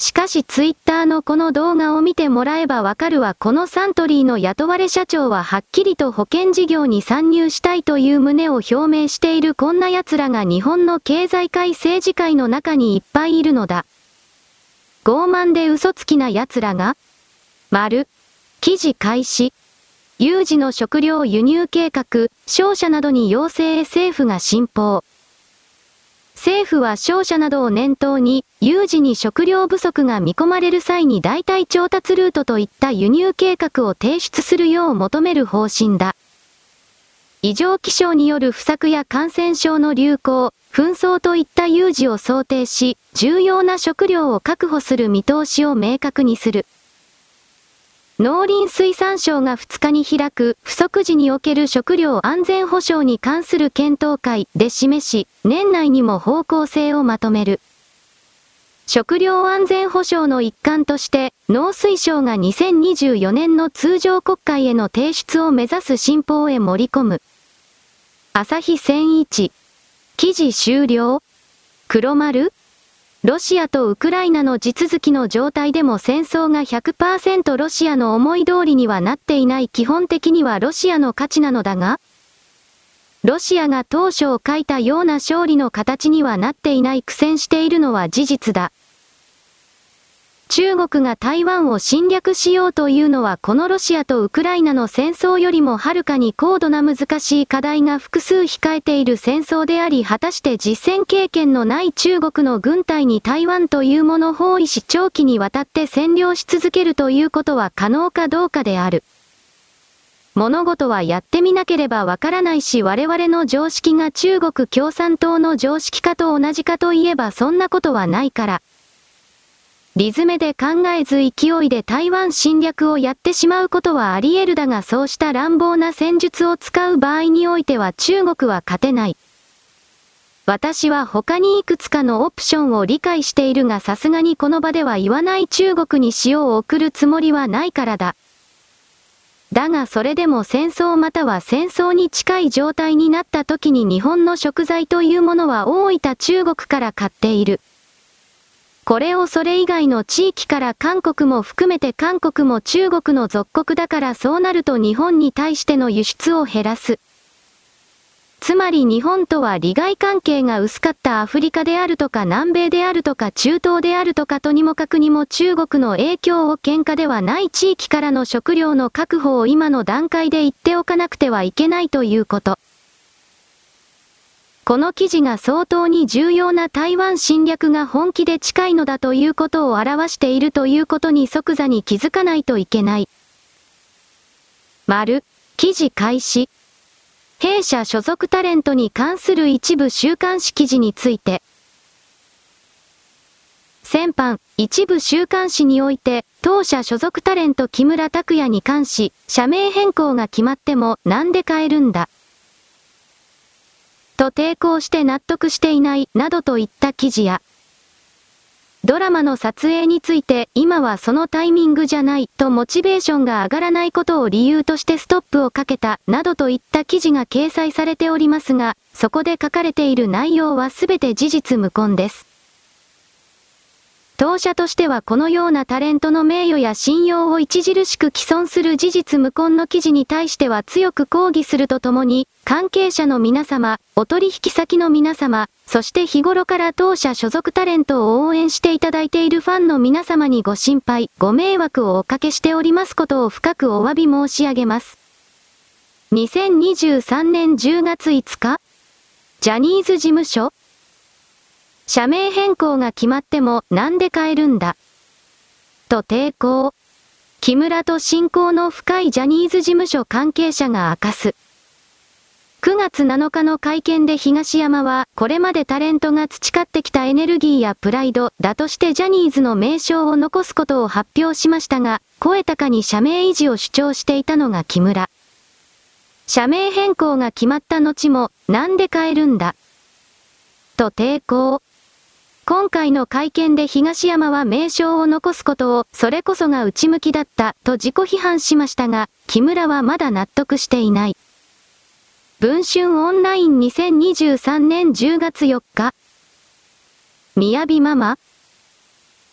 しかしツイッターのこの動画を見てもらえばわかるわ。このサントリーの雇われ社長ははっきりと保険事業に参入したいという旨を表明している。こんな奴らが日本の経済界政治界の中にいっぱいいるのだ。傲慢で嘘つきな奴らが丸。記事開始。有事の食料輸入計画、商社などに要請へ政府が信報。政府は商社などを念頭に、有事に食料不足が見込まれる際に代替調達ルートといった輸入計画を提出するよう求める方針だ。異常気象による不作や感染症の流行、紛争といった有事を想定し、重要な食料を確保する見通しを明確にする。農林水産省がふつかに開く不足時における食料安全保障に関する検討会で示し、年内にも方向性をまとめる。食料安全保障の一環として、農水省がにせんにじゅうよねんの通常国会への提出を目指す新法へ盛り込む。朝日千一。記事終了。黒丸？ロシアとウクライナの地続きの状態でも戦争が ひゃくパーセント ロシアの思い通りにはなっていない。基本的にはロシアの勝ちなのだが、ロシアが当初を書いたような勝利の形にはなっていない。苦戦しているのは事実だ。中国が台湾を侵略しようというのはこのロシアとウクライナの戦争よりもはるかに高度な難しい課題が複数控えている戦争であり、果たして実戦経験のない中国の軍隊に台湾というものを包囲し長期にわたって占領し続けるということは可能かどうかである。物事はやってみなければわからないし、我々の常識が中国共産党の常識かと同じかといえばそんなことはないから。理詰めで考えず勢いで台湾侵略をやってしまうことはあり得るだが、そうした乱暴な戦術を使う場合においては中国は勝てない。私は他にいくつかのオプションを理解しているが、さすがにこの場では言わない。中国に塩を送るつもりはないからだ。だがそれでも戦争または戦争に近い状態になった時に日本の食材というものは大分中国から買っている。これをそれ以外の地域から韓国も含めて、韓国も中国の属国だから、そうなると日本に対しての輸出を減らす。つまり日本とは利害関係が薄かったアフリカであるとか南米であるとか中東であるとかとにもかくにも中国の影響を喧嘩ではない地域からの食料の確保を今の段階で言っておかなくてはいけないということ。この記事が相当に重要な台湾侵略が本気で近いのだということを表しているということに即座に気づかないといけない。丸、記事開始。弊社所属タレントに関する一部週刊誌記事について。先般、一部週刊誌において、当社所属タレント木村拓哉に関し、社名変更が決まってもなんで変えるんだ。と抵抗して納得していない、などといった記事や、ドラマの撮影について今はそのタイミングじゃないとモチベーションが上がらないことを理由としてストップをかけた、などといった記事が掲載されておりますが、そこで書かれている内容はすべて事実無根です。当社としてはこのようなタレントの名誉や信用を著しく毀損する事実無根の記事に対しては強く抗議するとともに、関係者の皆様、お取引先の皆様、そして日頃から当社所属タレントを応援していただいているファンの皆様にご心配、ご迷惑をおかけしておりますことを深くお詫び申し上げます。にせんにじゅうさんねんじゅうがついつか、ジャニーズ事務所社名変更が決まってもなんで変えるんだ。と抵抗。木村と親交の深いジャニーズ事務所関係者が明かす。くがつなのかの会見で東山は、これまでタレントが培ってきたエネルギーやプライドだとしてジャニーズの名称を残すことを発表しましたが、声高に社名維持を主張していたのが木村。社名変更が決まった後も、なんで変えるんだ。と抵抗。今回の会見で東山は名称を残すことを、それこそが内向きだった、と自己批判しましたが、木村はまだ納得していない。文春オンラインにせんにじゅうさんねんじゅうがつよっか。みやびママ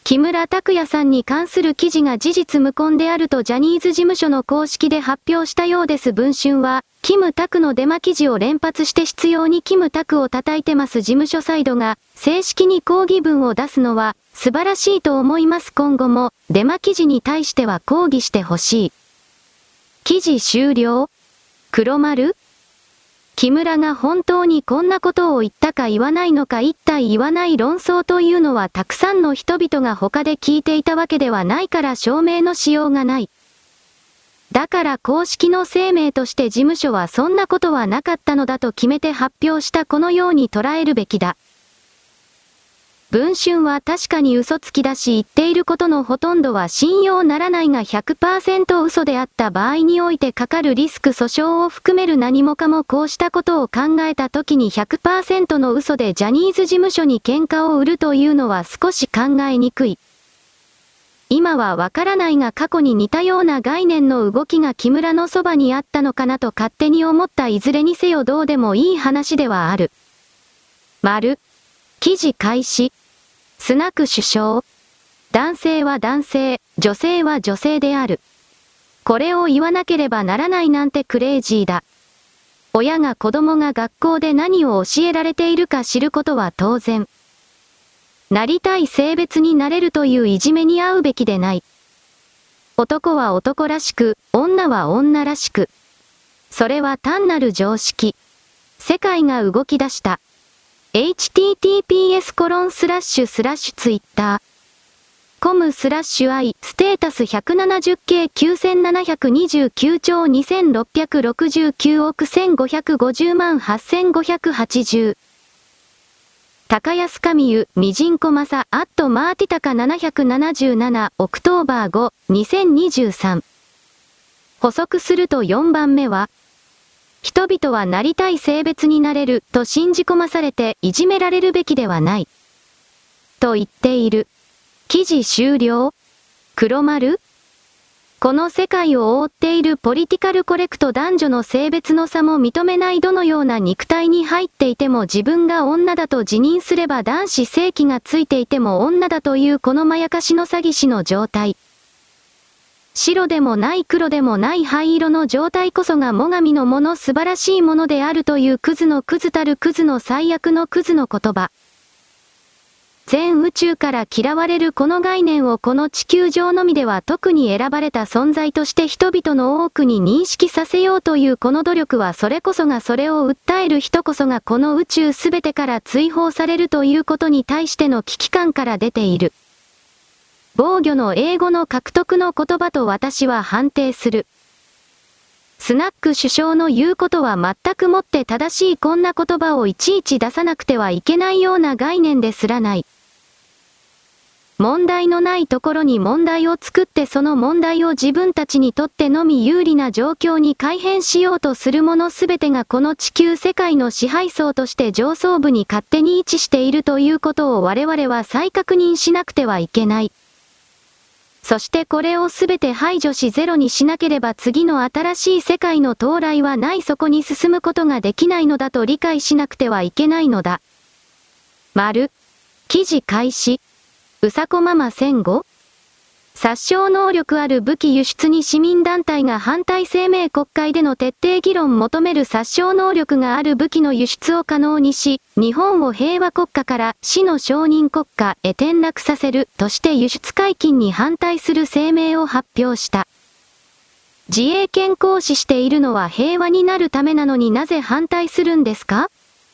木村拓哉さんに関する記事が事実無根であるとジャニーズ事務所の公式で発表したようです。文春は、キムタクのデマ記事を連発して執拗にキムタクを叩いてます。事務所サイドが正式に抗議文を出すのは素晴らしいと思います。今後もデマ記事に対しては抗議してほしい。記事終了。黒丸？木村が本当にこんなことを言ったか言わないのか一体言わない論争というのはたくさんの人々が他で聞いていたわけではないから証明のしようがない。だから公式の声明として事務所はそんなことはなかったのだと決めて発表したこのように捉えるべきだ。文春は確かに嘘つきだし言っていることのほとんどは信用ならないが ひゃくパーセント 嘘であった場合においてかかるリスク訴訟を含める何もかもこうしたことを考えたときに ひゃくパーセント の嘘でジャニーズ事務所に喧嘩を売るというのは少し考えにくい。今はわからないが過去に似たような概念の動きが木村のそばにあったのかなと勝手に思った。いずれにせよどうでもいい話ではある。丸。記事開始。スナク首相。男性は男性、女性は女性である。これを言わなければならないなんてクレイジーだ。親が子供が学校で何を教えられているか知ることは当然。なりたい性別になれるといういじめに遭うべきでない。男は男らしく、女は女らしく。それは単なる常識。世界が動き出した。エイチティーティーピーエスコロンスラッシュスラッシュツイッターコムスラッシュアイステータス ひゃくななじゅうケーきゅうせんななひゃくにじゅうきゅうちょうにせんろっぴゃくろくじゅうきゅうおくせんごひゃくごじゅうまんはっせんごひゃくはちじゅう高安神湯みじんこまさアットマーティタカななひゃくななじゅうななオクトーバーごにせんにじゅうさん補足するとよんばんめは人々はなりたい性別になれると信じ込まされていじめられるべきではない。と言っている。記事終了。黒丸？この世界を覆っているポリティカルコレクト男女の性別の差も認めないどのような肉体に入っていても自分が女だと自認すれば男子性器がついていても女だというこのまやかしの詐欺師の状態。白でもない黒でもない灰色の状態こそが最上のもの素晴らしいものであるというクズのクズたるクズの最悪のクズの言葉。全宇宙から嫌われるこの概念をこの地球上のみでは特に選ばれた存在として人々の多くに認識させようというこの努力はそれこそがそれを訴える人こそがこの宇宙すべてから追放されるということに対しての危機感から出ている。防御の英語の獲得の言葉と私は判定する。スナック首相の言うことは全くもって正しい。こんな言葉をいちいち出さなくてはいけないような概念ですらない。問題のないところに問題を作ってその問題を自分たちにとってのみ有利な状況に改変しようとするものすべてがこの地球世界の支配層として上層部に勝手に位置しているということを我々は再確認しなくてはいけない。そしてこれをすべて排除しゼロにしなければ次の新しい世界の到来はない。そこに進むことができないのだと理解しなくてはいけないのだ。丸。記事開始。うさこママ戦後？殺傷能力ある武器輸出に市民団体が反対。声明国会での徹底議論求める。殺傷能力がある武器の輸出を可能にし、日本を平和国家から死の承認国家へ転落させるとして輸出解禁に反対する声明を発表した。自衛権行使しているのは平和になるためなのになぜ反対するんですか？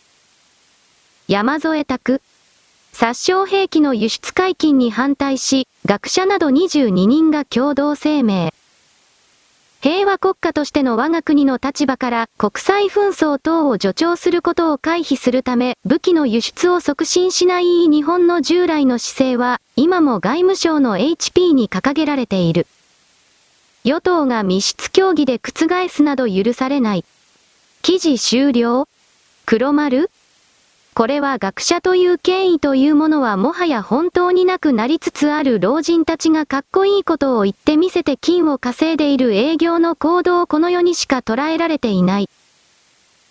山添拓。殺傷兵器の輸出解禁に反対し、学者などにじゅうににんが共同声明。平和国家としての我が国の立場から国際紛争等を助長することを回避するため武器の輸出を促進しない日本の従来の姿勢は今も外務省の エイチピー に掲げられている。与党が密室協議で覆すなど許されない。記事終了。黒丸？これは学者という権威というものはもはや本当になくなりつつある。老人たちがかっこいいことを言ってみせて金を稼いでいる営業の行動をこの世にしか捉えられていない。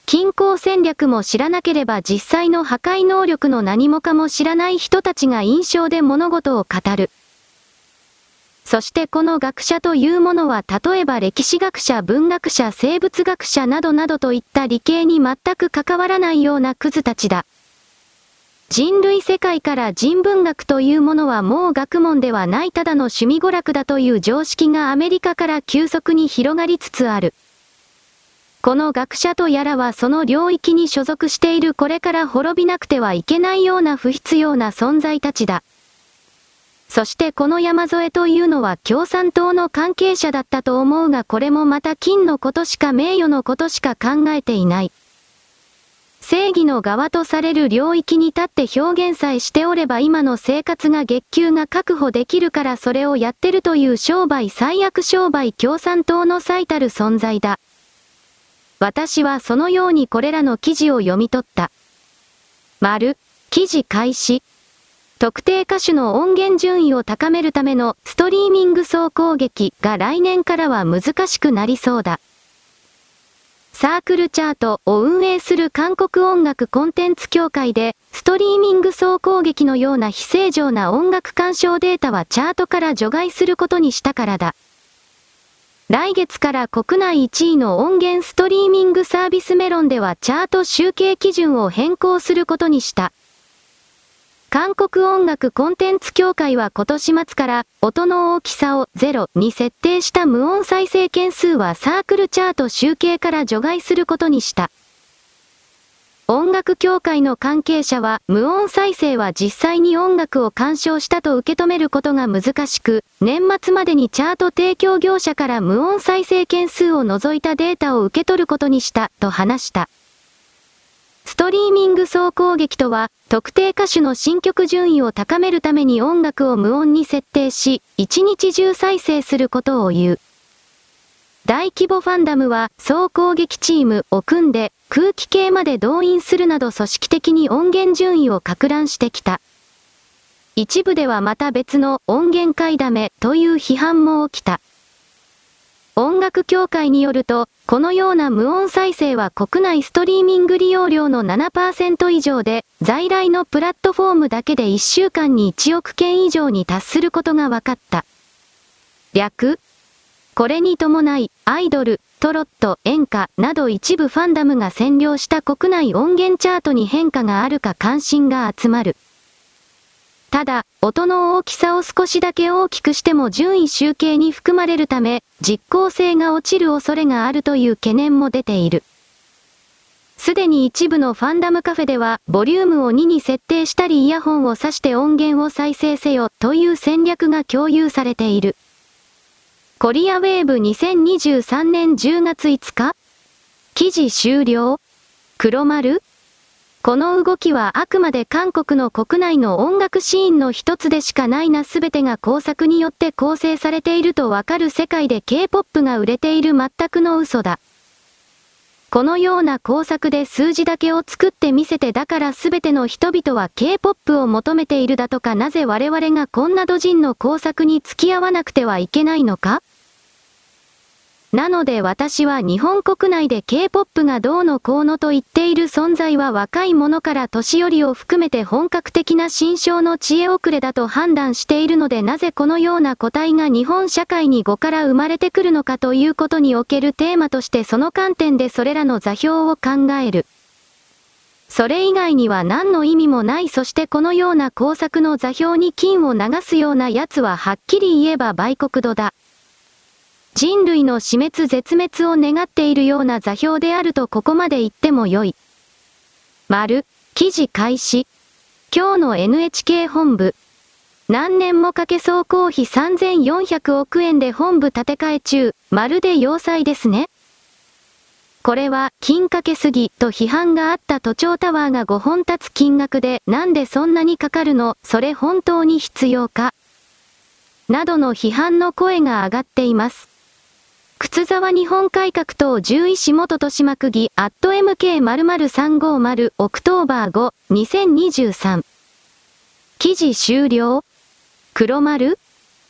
均衡戦略も知らなければ実際の破壊能力の何もかも知らない人たちが印象で物事を語る。そしてこの学者というものは例えば歴史学者、文学者、生物学者などなどといった理系に全く関わらないようなクズたちだ。人類世界から人文学というものはもう学問ではないただの趣味娯楽だという常識がアメリカから急速に広がりつつある。この学者とやらはその領域に所属しているこれから滅びなくてはいけないような不必要な存在たちだ。そしてこの山添というのは共産党の関係者だったと思うがこれもまた金のことしか名誉のことしか考えていない。正義の側とされる領域に立って表現さえしておれば今の生活が月給が確保できるからそれをやってるという商売最悪商売共産党の最たる存在だ。私はそのようにこれらの記事を読み取った。丸、記事開始。特定歌手の音源順位を高めるためのストリーミング総攻撃が来年からは難しくなりそうだ。サークルチャートを運営する韓国音楽コンテンツ協会で、ストリーミング総攻撃のような非正常な音楽鑑賞データはチャートから除外することにしたからだ。来月から国内いちいの音源ストリーミングサービスメロンではチャート集計基準を変更することにした。韓国音楽コンテンツ協会は今年末から音の大きさをゼロに設定した無音再生件数はサークルチャート集計から除外することにした。音楽協会の関係者は無音再生は実際に音楽を鑑賞したと受け止めることが難しく、年末までにチャート提供業者から無音再生件数を除いたデータを受け取ることにしたと話した。ストリーミング総攻撃とは、特定歌手の新曲順位を高めるために音楽を無音に設定し、一日中再生することを言う。大規模ファンダムは総攻撃チームを組んで空気系まで動員するなど組織的に音源順位を攪乱してきた。一部ではまた別の音源買いだめという批判も起きた。音楽協会によると、このような無音再生は国内ストリーミング利用量の ななパーセント 以上で、在来のプラットフォームだけでいっしゅうかんにいちおくけん以上に達することが分かった。略これに伴い、アイドル、トロット、演歌など一部ファンダムが占領した国内音源チャートに変化があるか関心が集まる。ただ、音の大きさを少しだけ大きくしても順位集計に含まれるため、実効性が落ちる恐れがあるという懸念も出ている。すでに一部のファンダムカフェでは、ボリュームをにに設定したりイヤホンを挿して音源を再生せよという戦略が共有されている。コリアウェーブにせんにじゅうさんねんじゅうがついつか？記事終了？黒丸？この動きはあくまで韓国の国内の音楽シーンの一つでしかないなすべてが工作によって構成されているとわかる世界で K-ポップ が売れている全くの嘘だ。このような工作で数字だけを作ってみせてだからすべての人々は K-ポップ を求めているだとかなぜ我々がこんなドジンの工作に付き合わなくてはいけないのか？なので私は日本国内で K-ポップ がどうのこうのと言っている存在は若い者から年寄りを含めて本格的な新章の知恵遅れだと判断しているのでなぜこのような個体が日本社会に語から生まれてくるのかということにおけるテーマとしてその観点でそれらの座標を考える。それ以外には何の意味もないそしてこのような工作の座標に金を流すような奴ははっきり言えば売国奴だ。人類の死滅絶滅を願っているような座標であるとここまで言ってもよい。丸、記事開始。今日の エヌエイチケー 本部。何年もかけ総工費さんぜんよんひゃくおくえんで本部建て替え中、まるで要塞ですね。これは金かけすぎと批判があった都庁タワーがごほん建つ金額でなんでそんなにかかるの、それ本当に必要か。などの批判の声が上がっています。靴沢日本改革党獣医師元豊島区議アット エムケーさんさんごーまる オクトーバーご、にせんにじゅうさん。記事終了？黒丸？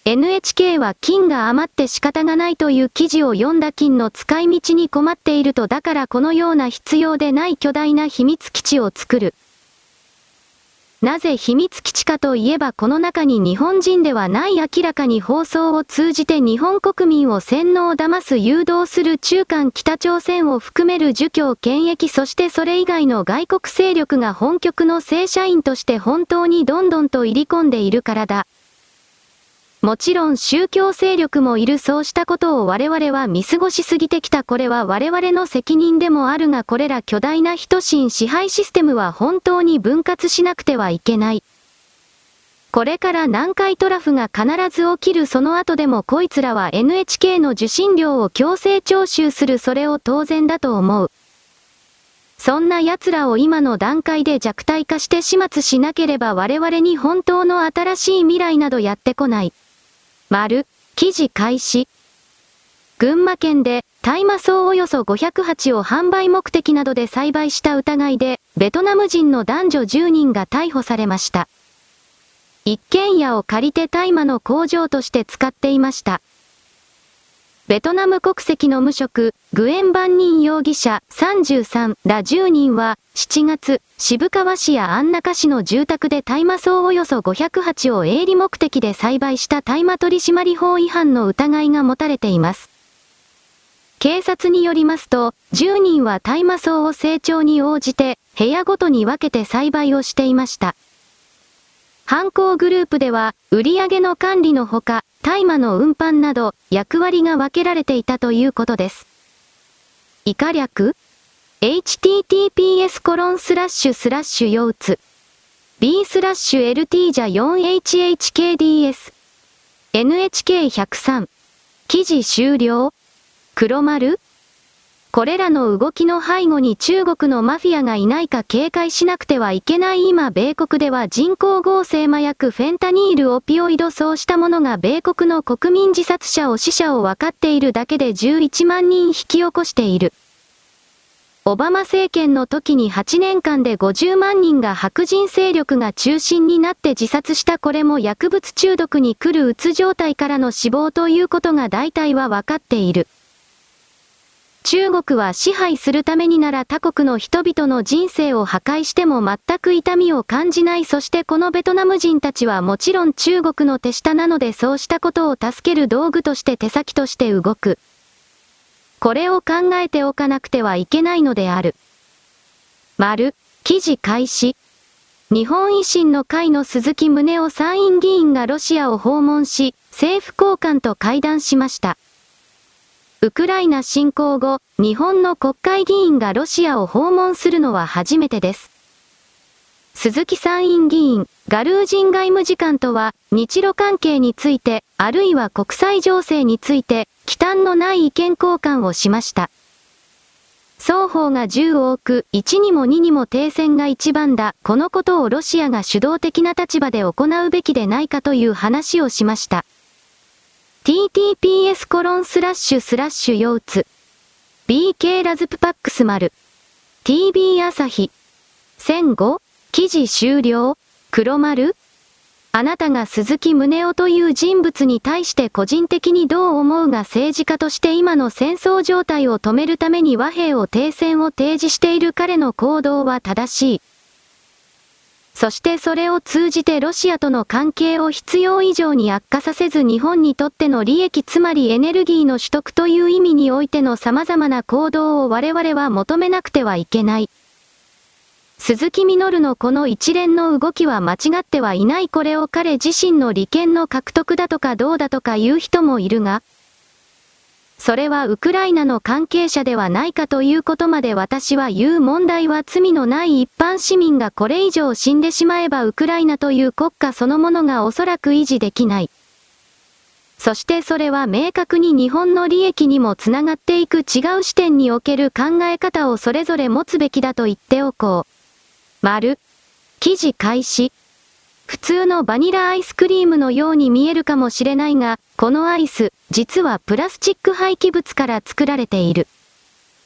エヌエイチケー は金が余って仕方がないという記事を読んだ金の使い道に困っているとだからこのような必要でない巨大な秘密基地を作る。なぜ秘密基地かといえばこの中に日本人ではない明らかに放送を通じて日本国民を洗脳を騙す誘導する中間北朝鮮を含める儒教権益そしてそれ以外の外国勢力が本局の正社員として本当にどんどんと入り込んでいるからだ。もちろん宗教勢力もいるそうしたことを我々は見過ごしすぎてきたこれは我々の責任でもあるがこれら巨大な等しい支配システムは本当に分割しなくてはいけない。これから南海トラフが必ず起きるその後でもこいつらは エヌエイチケー の受信料を強制徴収するそれを当然だと思う。そんな奴らを今の段階で弱体化して始末しなければ我々に本当の新しい未来などやってこない。丸、記事開始。群馬県で大麻草およそごひゃくはちを販売目的などで栽培した疑いで、ベトナム人の男女じゅうにんが逮捕されました。一軒家を借りて大麻の工場として使っていました。ベトナム国籍の無職、グエン・バンニン容疑者さんじゅうさんらじゅうにんは、しちがつ、渋川市や安中市の住宅で大麻草およそごひゃくはちを営利目的で栽培した大麻取締法違反の疑いが持たれています。警察によりますと、じゅうにんは大麻草を成長に応じて、部屋ごとに分けて栽培をしていました。犯行グループでは、売上の管理のほか、大麻の運搬など、役割が分けられていたということです。以下略 エイチティーティーピーエスコロンスラッシュスラッシュ腰痛 B スラッシュ エルティー ジャ よんエイチエイチケーディーエス エヌエイチケーひゃくさん 記事終了黒丸これらの動きの背後に中国のマフィアがいないか警戒しなくてはいけない今米国では人工合成麻薬フェンタニールオピオイドそうしたものが米国の国民自殺者を死者を分かっているだけでじゅういちまんにん引き起こしている。オバマ政権の時にはちねんかんでごじゅうまんにんが白人勢力が中心になって自殺したこれも薬物中毒に来るうつ状態からの死亡ということが大体は分かっている。中国は支配するためになら他国の人々の人生を破壊しても全く痛みを感じない。そしてこのベトナム人たちはもちろん中国の手下なのでそうしたことを助ける道具として手先として動く。これを考えておかなくてはいけないのである。丸、記事開始。日本維新の会の鈴木宗男参院議員がロシアを訪問し、政府高官と会談しました。ウクライナ侵攻後、日本の国会議員がロシアを訪問するのは初めてです。鈴木参院議員、ガルージン外務次官とは、日露関係について、あるいは国際情勢について、忌憚のない意見交換をしました。双方が銃を置く、いちにもににも停戦が一番だ、このことをロシアが主導的な立場で行うべきでないかという話をしました。ティーティーピーエスコロンスラッシュスラッシュ腰痛 ビーケー ラズプパックス丸 ティービー 朝日せんご記事終了黒丸あなたが鈴木宗男という人物に対して個人的にどう思うが政治家として今の戦争状態を止めるために和平を停戦を提示している彼の行動は正しい。そしてそれを通じてロシアとの関係を必要以上に悪化させず日本にとっての利益つまりエネルギーの取得という意味においての様々な行動を我々は求めなくてはいけない。鈴木みのるのこの一連の動きは間違ってはいない。これを彼自身の利権の獲得だとかどうだとか言う人もいるが、それはウクライナの関係者ではないかということまで私は言う。問題は罪のない一般市民がこれ以上死んでしまえばウクライナという国家そのものがおそらく維持できない。そしてそれは明確に日本の利益にもつながっていく違う視点における考え方をそれぞれ持つべきだと言っておこう。丸。記事開始。普通のバニラアイスクリームのように見えるかもしれないが、このアイス、実はプラスチック廃棄物から作られている。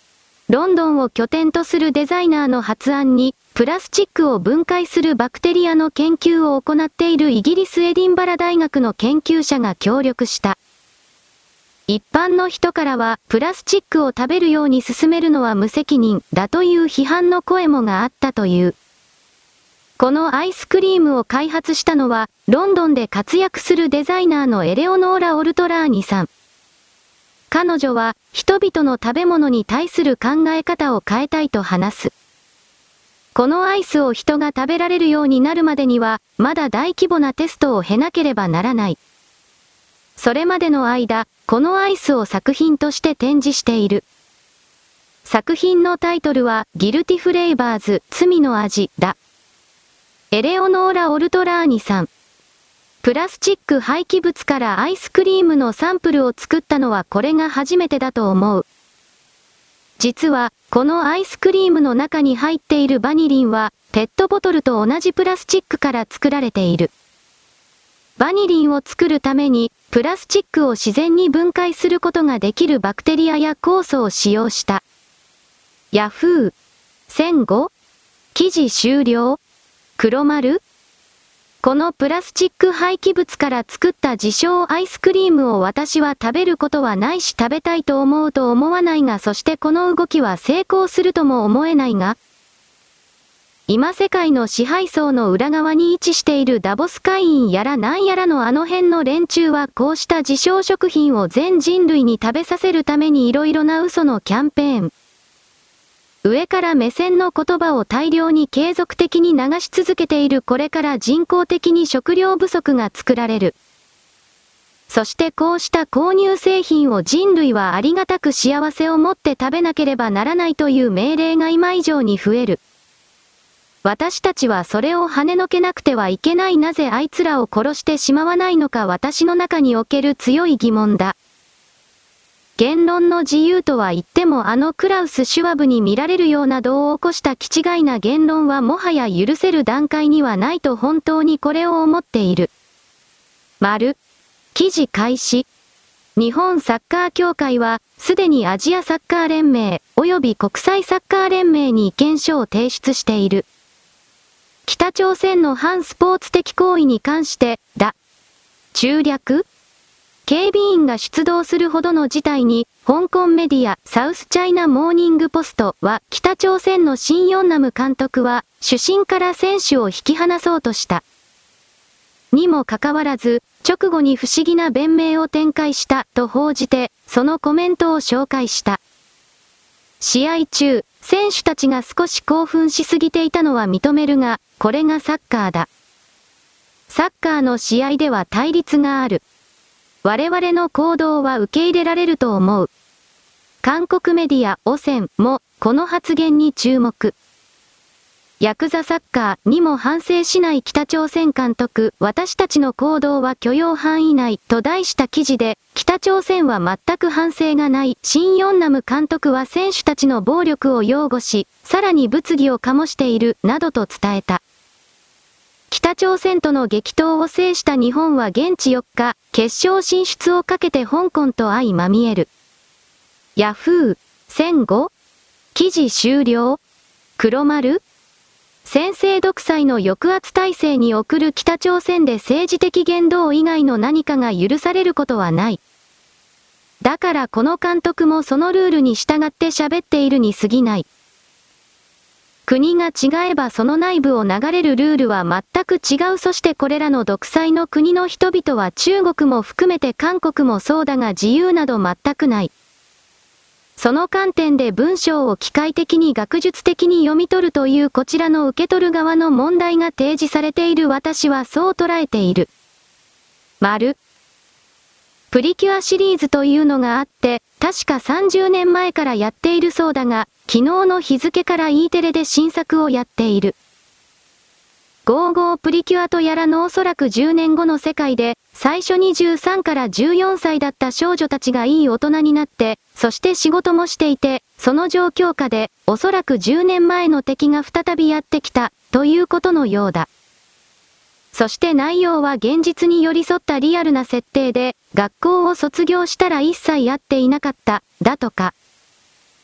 ロンドンを拠点とするデザイナーの発案に、プラスチックを分解するバクテリアの研究を行っているイギリスエディンバラ大学の研究者が協力した。一般の人からは、プラスチックを食べるように進めるのは無責任だという批判の声もがあったという。このアイスクリームを開発したのは、ロンドンで活躍するデザイナーのエレオノーラ・オルトラーニさん。彼女は、人々の食べ物に対する考え方を変えたいと話す。このアイスを人が食べられるようになるまでには、まだ大規模なテストを経なければならない。それまでの間、このアイスを作品として展示している。作品のタイトルは、ギルティフレーバーズ、罪の味だ。エレオノーラ・オルトラーニさん。プラスチック廃棄物からアイスクリームのサンプルを作ったのはこれが初めてだと思う。実は、このアイスクリームの中に入っているバニリンは、ペットボトルと同じプラスチックから作られている。バニリンを作るために、プラスチックを自然に分解することができるバクテリアや酵素を使用した。ヤフー。せんご？記事終了？黒丸？このプラスチック廃棄物から作った自称アイスクリームを私は食べることはないし食べたいと思うと思わないが、そしてこの動きは成功するとも思えないが、今世界の支配層の裏側に位置しているダボス会員やらなんやらのあの辺の連中はこうした自称食品を全人類に食べさせるために色々な嘘のキャンペーン。上から目線の言葉を大量に継続的に流し続けている。これから人工的に食料不足が作られる。そしてこうした購入製品を人類はありがたく幸せを持って食べなければならないという命令が今以上に増える。私たちはそれを跳ねのけなくてはいけない。なぜあいつらを殺してしまわないのか、私の中における強い疑問だ。言論の自由とは言ってもあのクラウス・シュワブに見られるような動を起こした気違いな言論はもはや許せる段階にはないと本当にこれを思っている。丸。記事開始。日本サッカー協会は、すでにアジアサッカー連盟、及び国際サッカー連盟に意見書を提出している。北朝鮮の反スポーツ的行為に関して、だ。中略？警備員が出動するほどの事態に、香港メディア、サウスチャイナモーニングポストは、北朝鮮のシン・ヨンナム監督は、主審から選手を引き離そうとした。にもかかわらず、直後に不思議な弁明を展開したと報じて、そのコメントを紹介した。試合中、選手たちが少し興奮しすぎていたのは認めるが、これがサッカーだ。サッカーの試合では対立がある。我々の行動は受け入れられると思う。韓国メディア、オセンも、この発言に注目。ヤクザサッカーにも反省しない北朝鮮監督、私たちの行動は許容範囲内と題した記事で、北朝鮮は全く反省がない。シン・ヨンナム監督は選手たちの暴力を擁護し、さらに物議を醸している、などと伝えた。北朝鮮との激闘を制した日本は現地よっか、決勝進出をかけて香港と相まみえる。ヤフー、せんご？記事終了？黒丸？専制独裁の抑圧体制に送る北朝鮮で政治的言動以外の何かが許されることはない。だからこの監督もそのルールに従って喋っているに過ぎない。国が違えばその内部を流れるルールは全く違う。そしてこれらの独裁の国の人々は中国も含めて韓国もそうだが自由など全くない。その観点で文章を機械的に学術的に読み取るというこちらの受け取る側の問題が提示されている。私はそう捉えている。丸。プリキュアシリーズというのがあって、確かさんじゅうねんまえからやっているそうだが、昨日の日付から E テレで新作をやっている。ゴーゴープリキュアとやらのおそらくじゅうねんごの世界で、最初にじゅうさんからじゅうよんさいだった少女たちがいい大人になって、そして仕事もしていて、その状況下で、おそらくじゅうねんまえの敵が再びやってきた、ということのようだ。そして内容は現実に寄り添ったリアルな設定で、学校を卒業したら一切会っていなかった、だとか。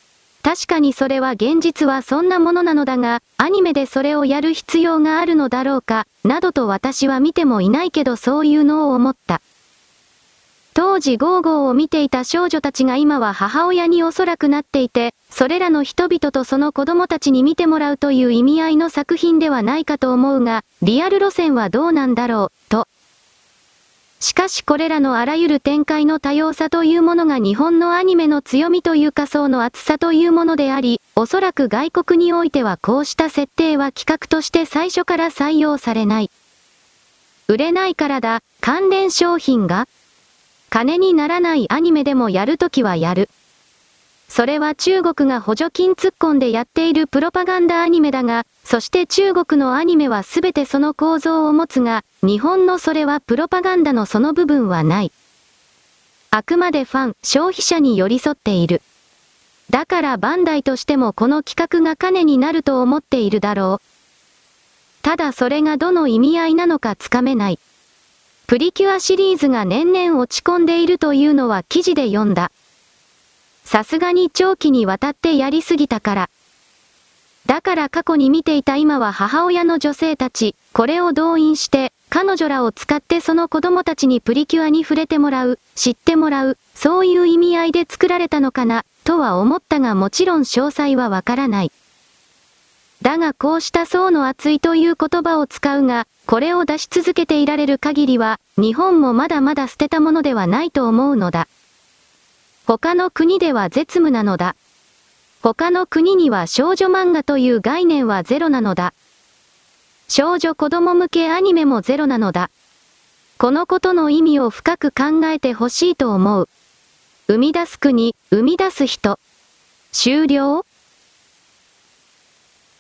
確かにそれは現実はそんなものなのだが、アニメでそれをやる必要があるのだろうか、などと私は見てもいないけどそういうのを思った。当時ゴーゴーを見ていた少女たちが今は母親におそらくなっていて、それらの人々とその子供たちに見てもらうという意味合いの作品ではないかと思うが、リアル路線はどうなんだろう、と。しかしこれらのあらゆる展開の多様さというものが日本のアニメの強みというか層の厚さというものであり、おそらく外国においてはこうした設定は企画として最初から採用されない。売れないからだ、関連商品が金にならないアニメでもやるときはやる。それは中国が補助金突っ込んでやっているプロパガンダアニメだが、そして中国のアニメはすべてその構造を持つが、日本のそれはプロパガンダのその部分はない。あくまでファン、消費者に寄り添っている。だからバンダイとしてもこの企画が金になると思っているだろう。ただそれがどの意味合いなのかつかめない。プリキュアシリーズが年々落ち込んでいるというのは記事で読んだ。さすがに長期にわたってやりすぎたから。だから過去に見ていた今は母親の女性たち、これを動員して、彼女らを使ってその子供たちにプリキュアに触れてもらう、知ってもらう、そういう意味合いで作られたのかな、とは思ったがもちろん詳細はわからない。だがこうした層の厚いという言葉を使うが、これを出し続けていられる限りは、日本もまだまだ捨てたものではないと思うのだ。他の国では絶無なのだ。他の国には少女漫画という概念はゼロなのだ。少女子供向けアニメもゼロなのだ。このことの意味を深く考えてほしいと思う。生み出す国、生み出す人。終了？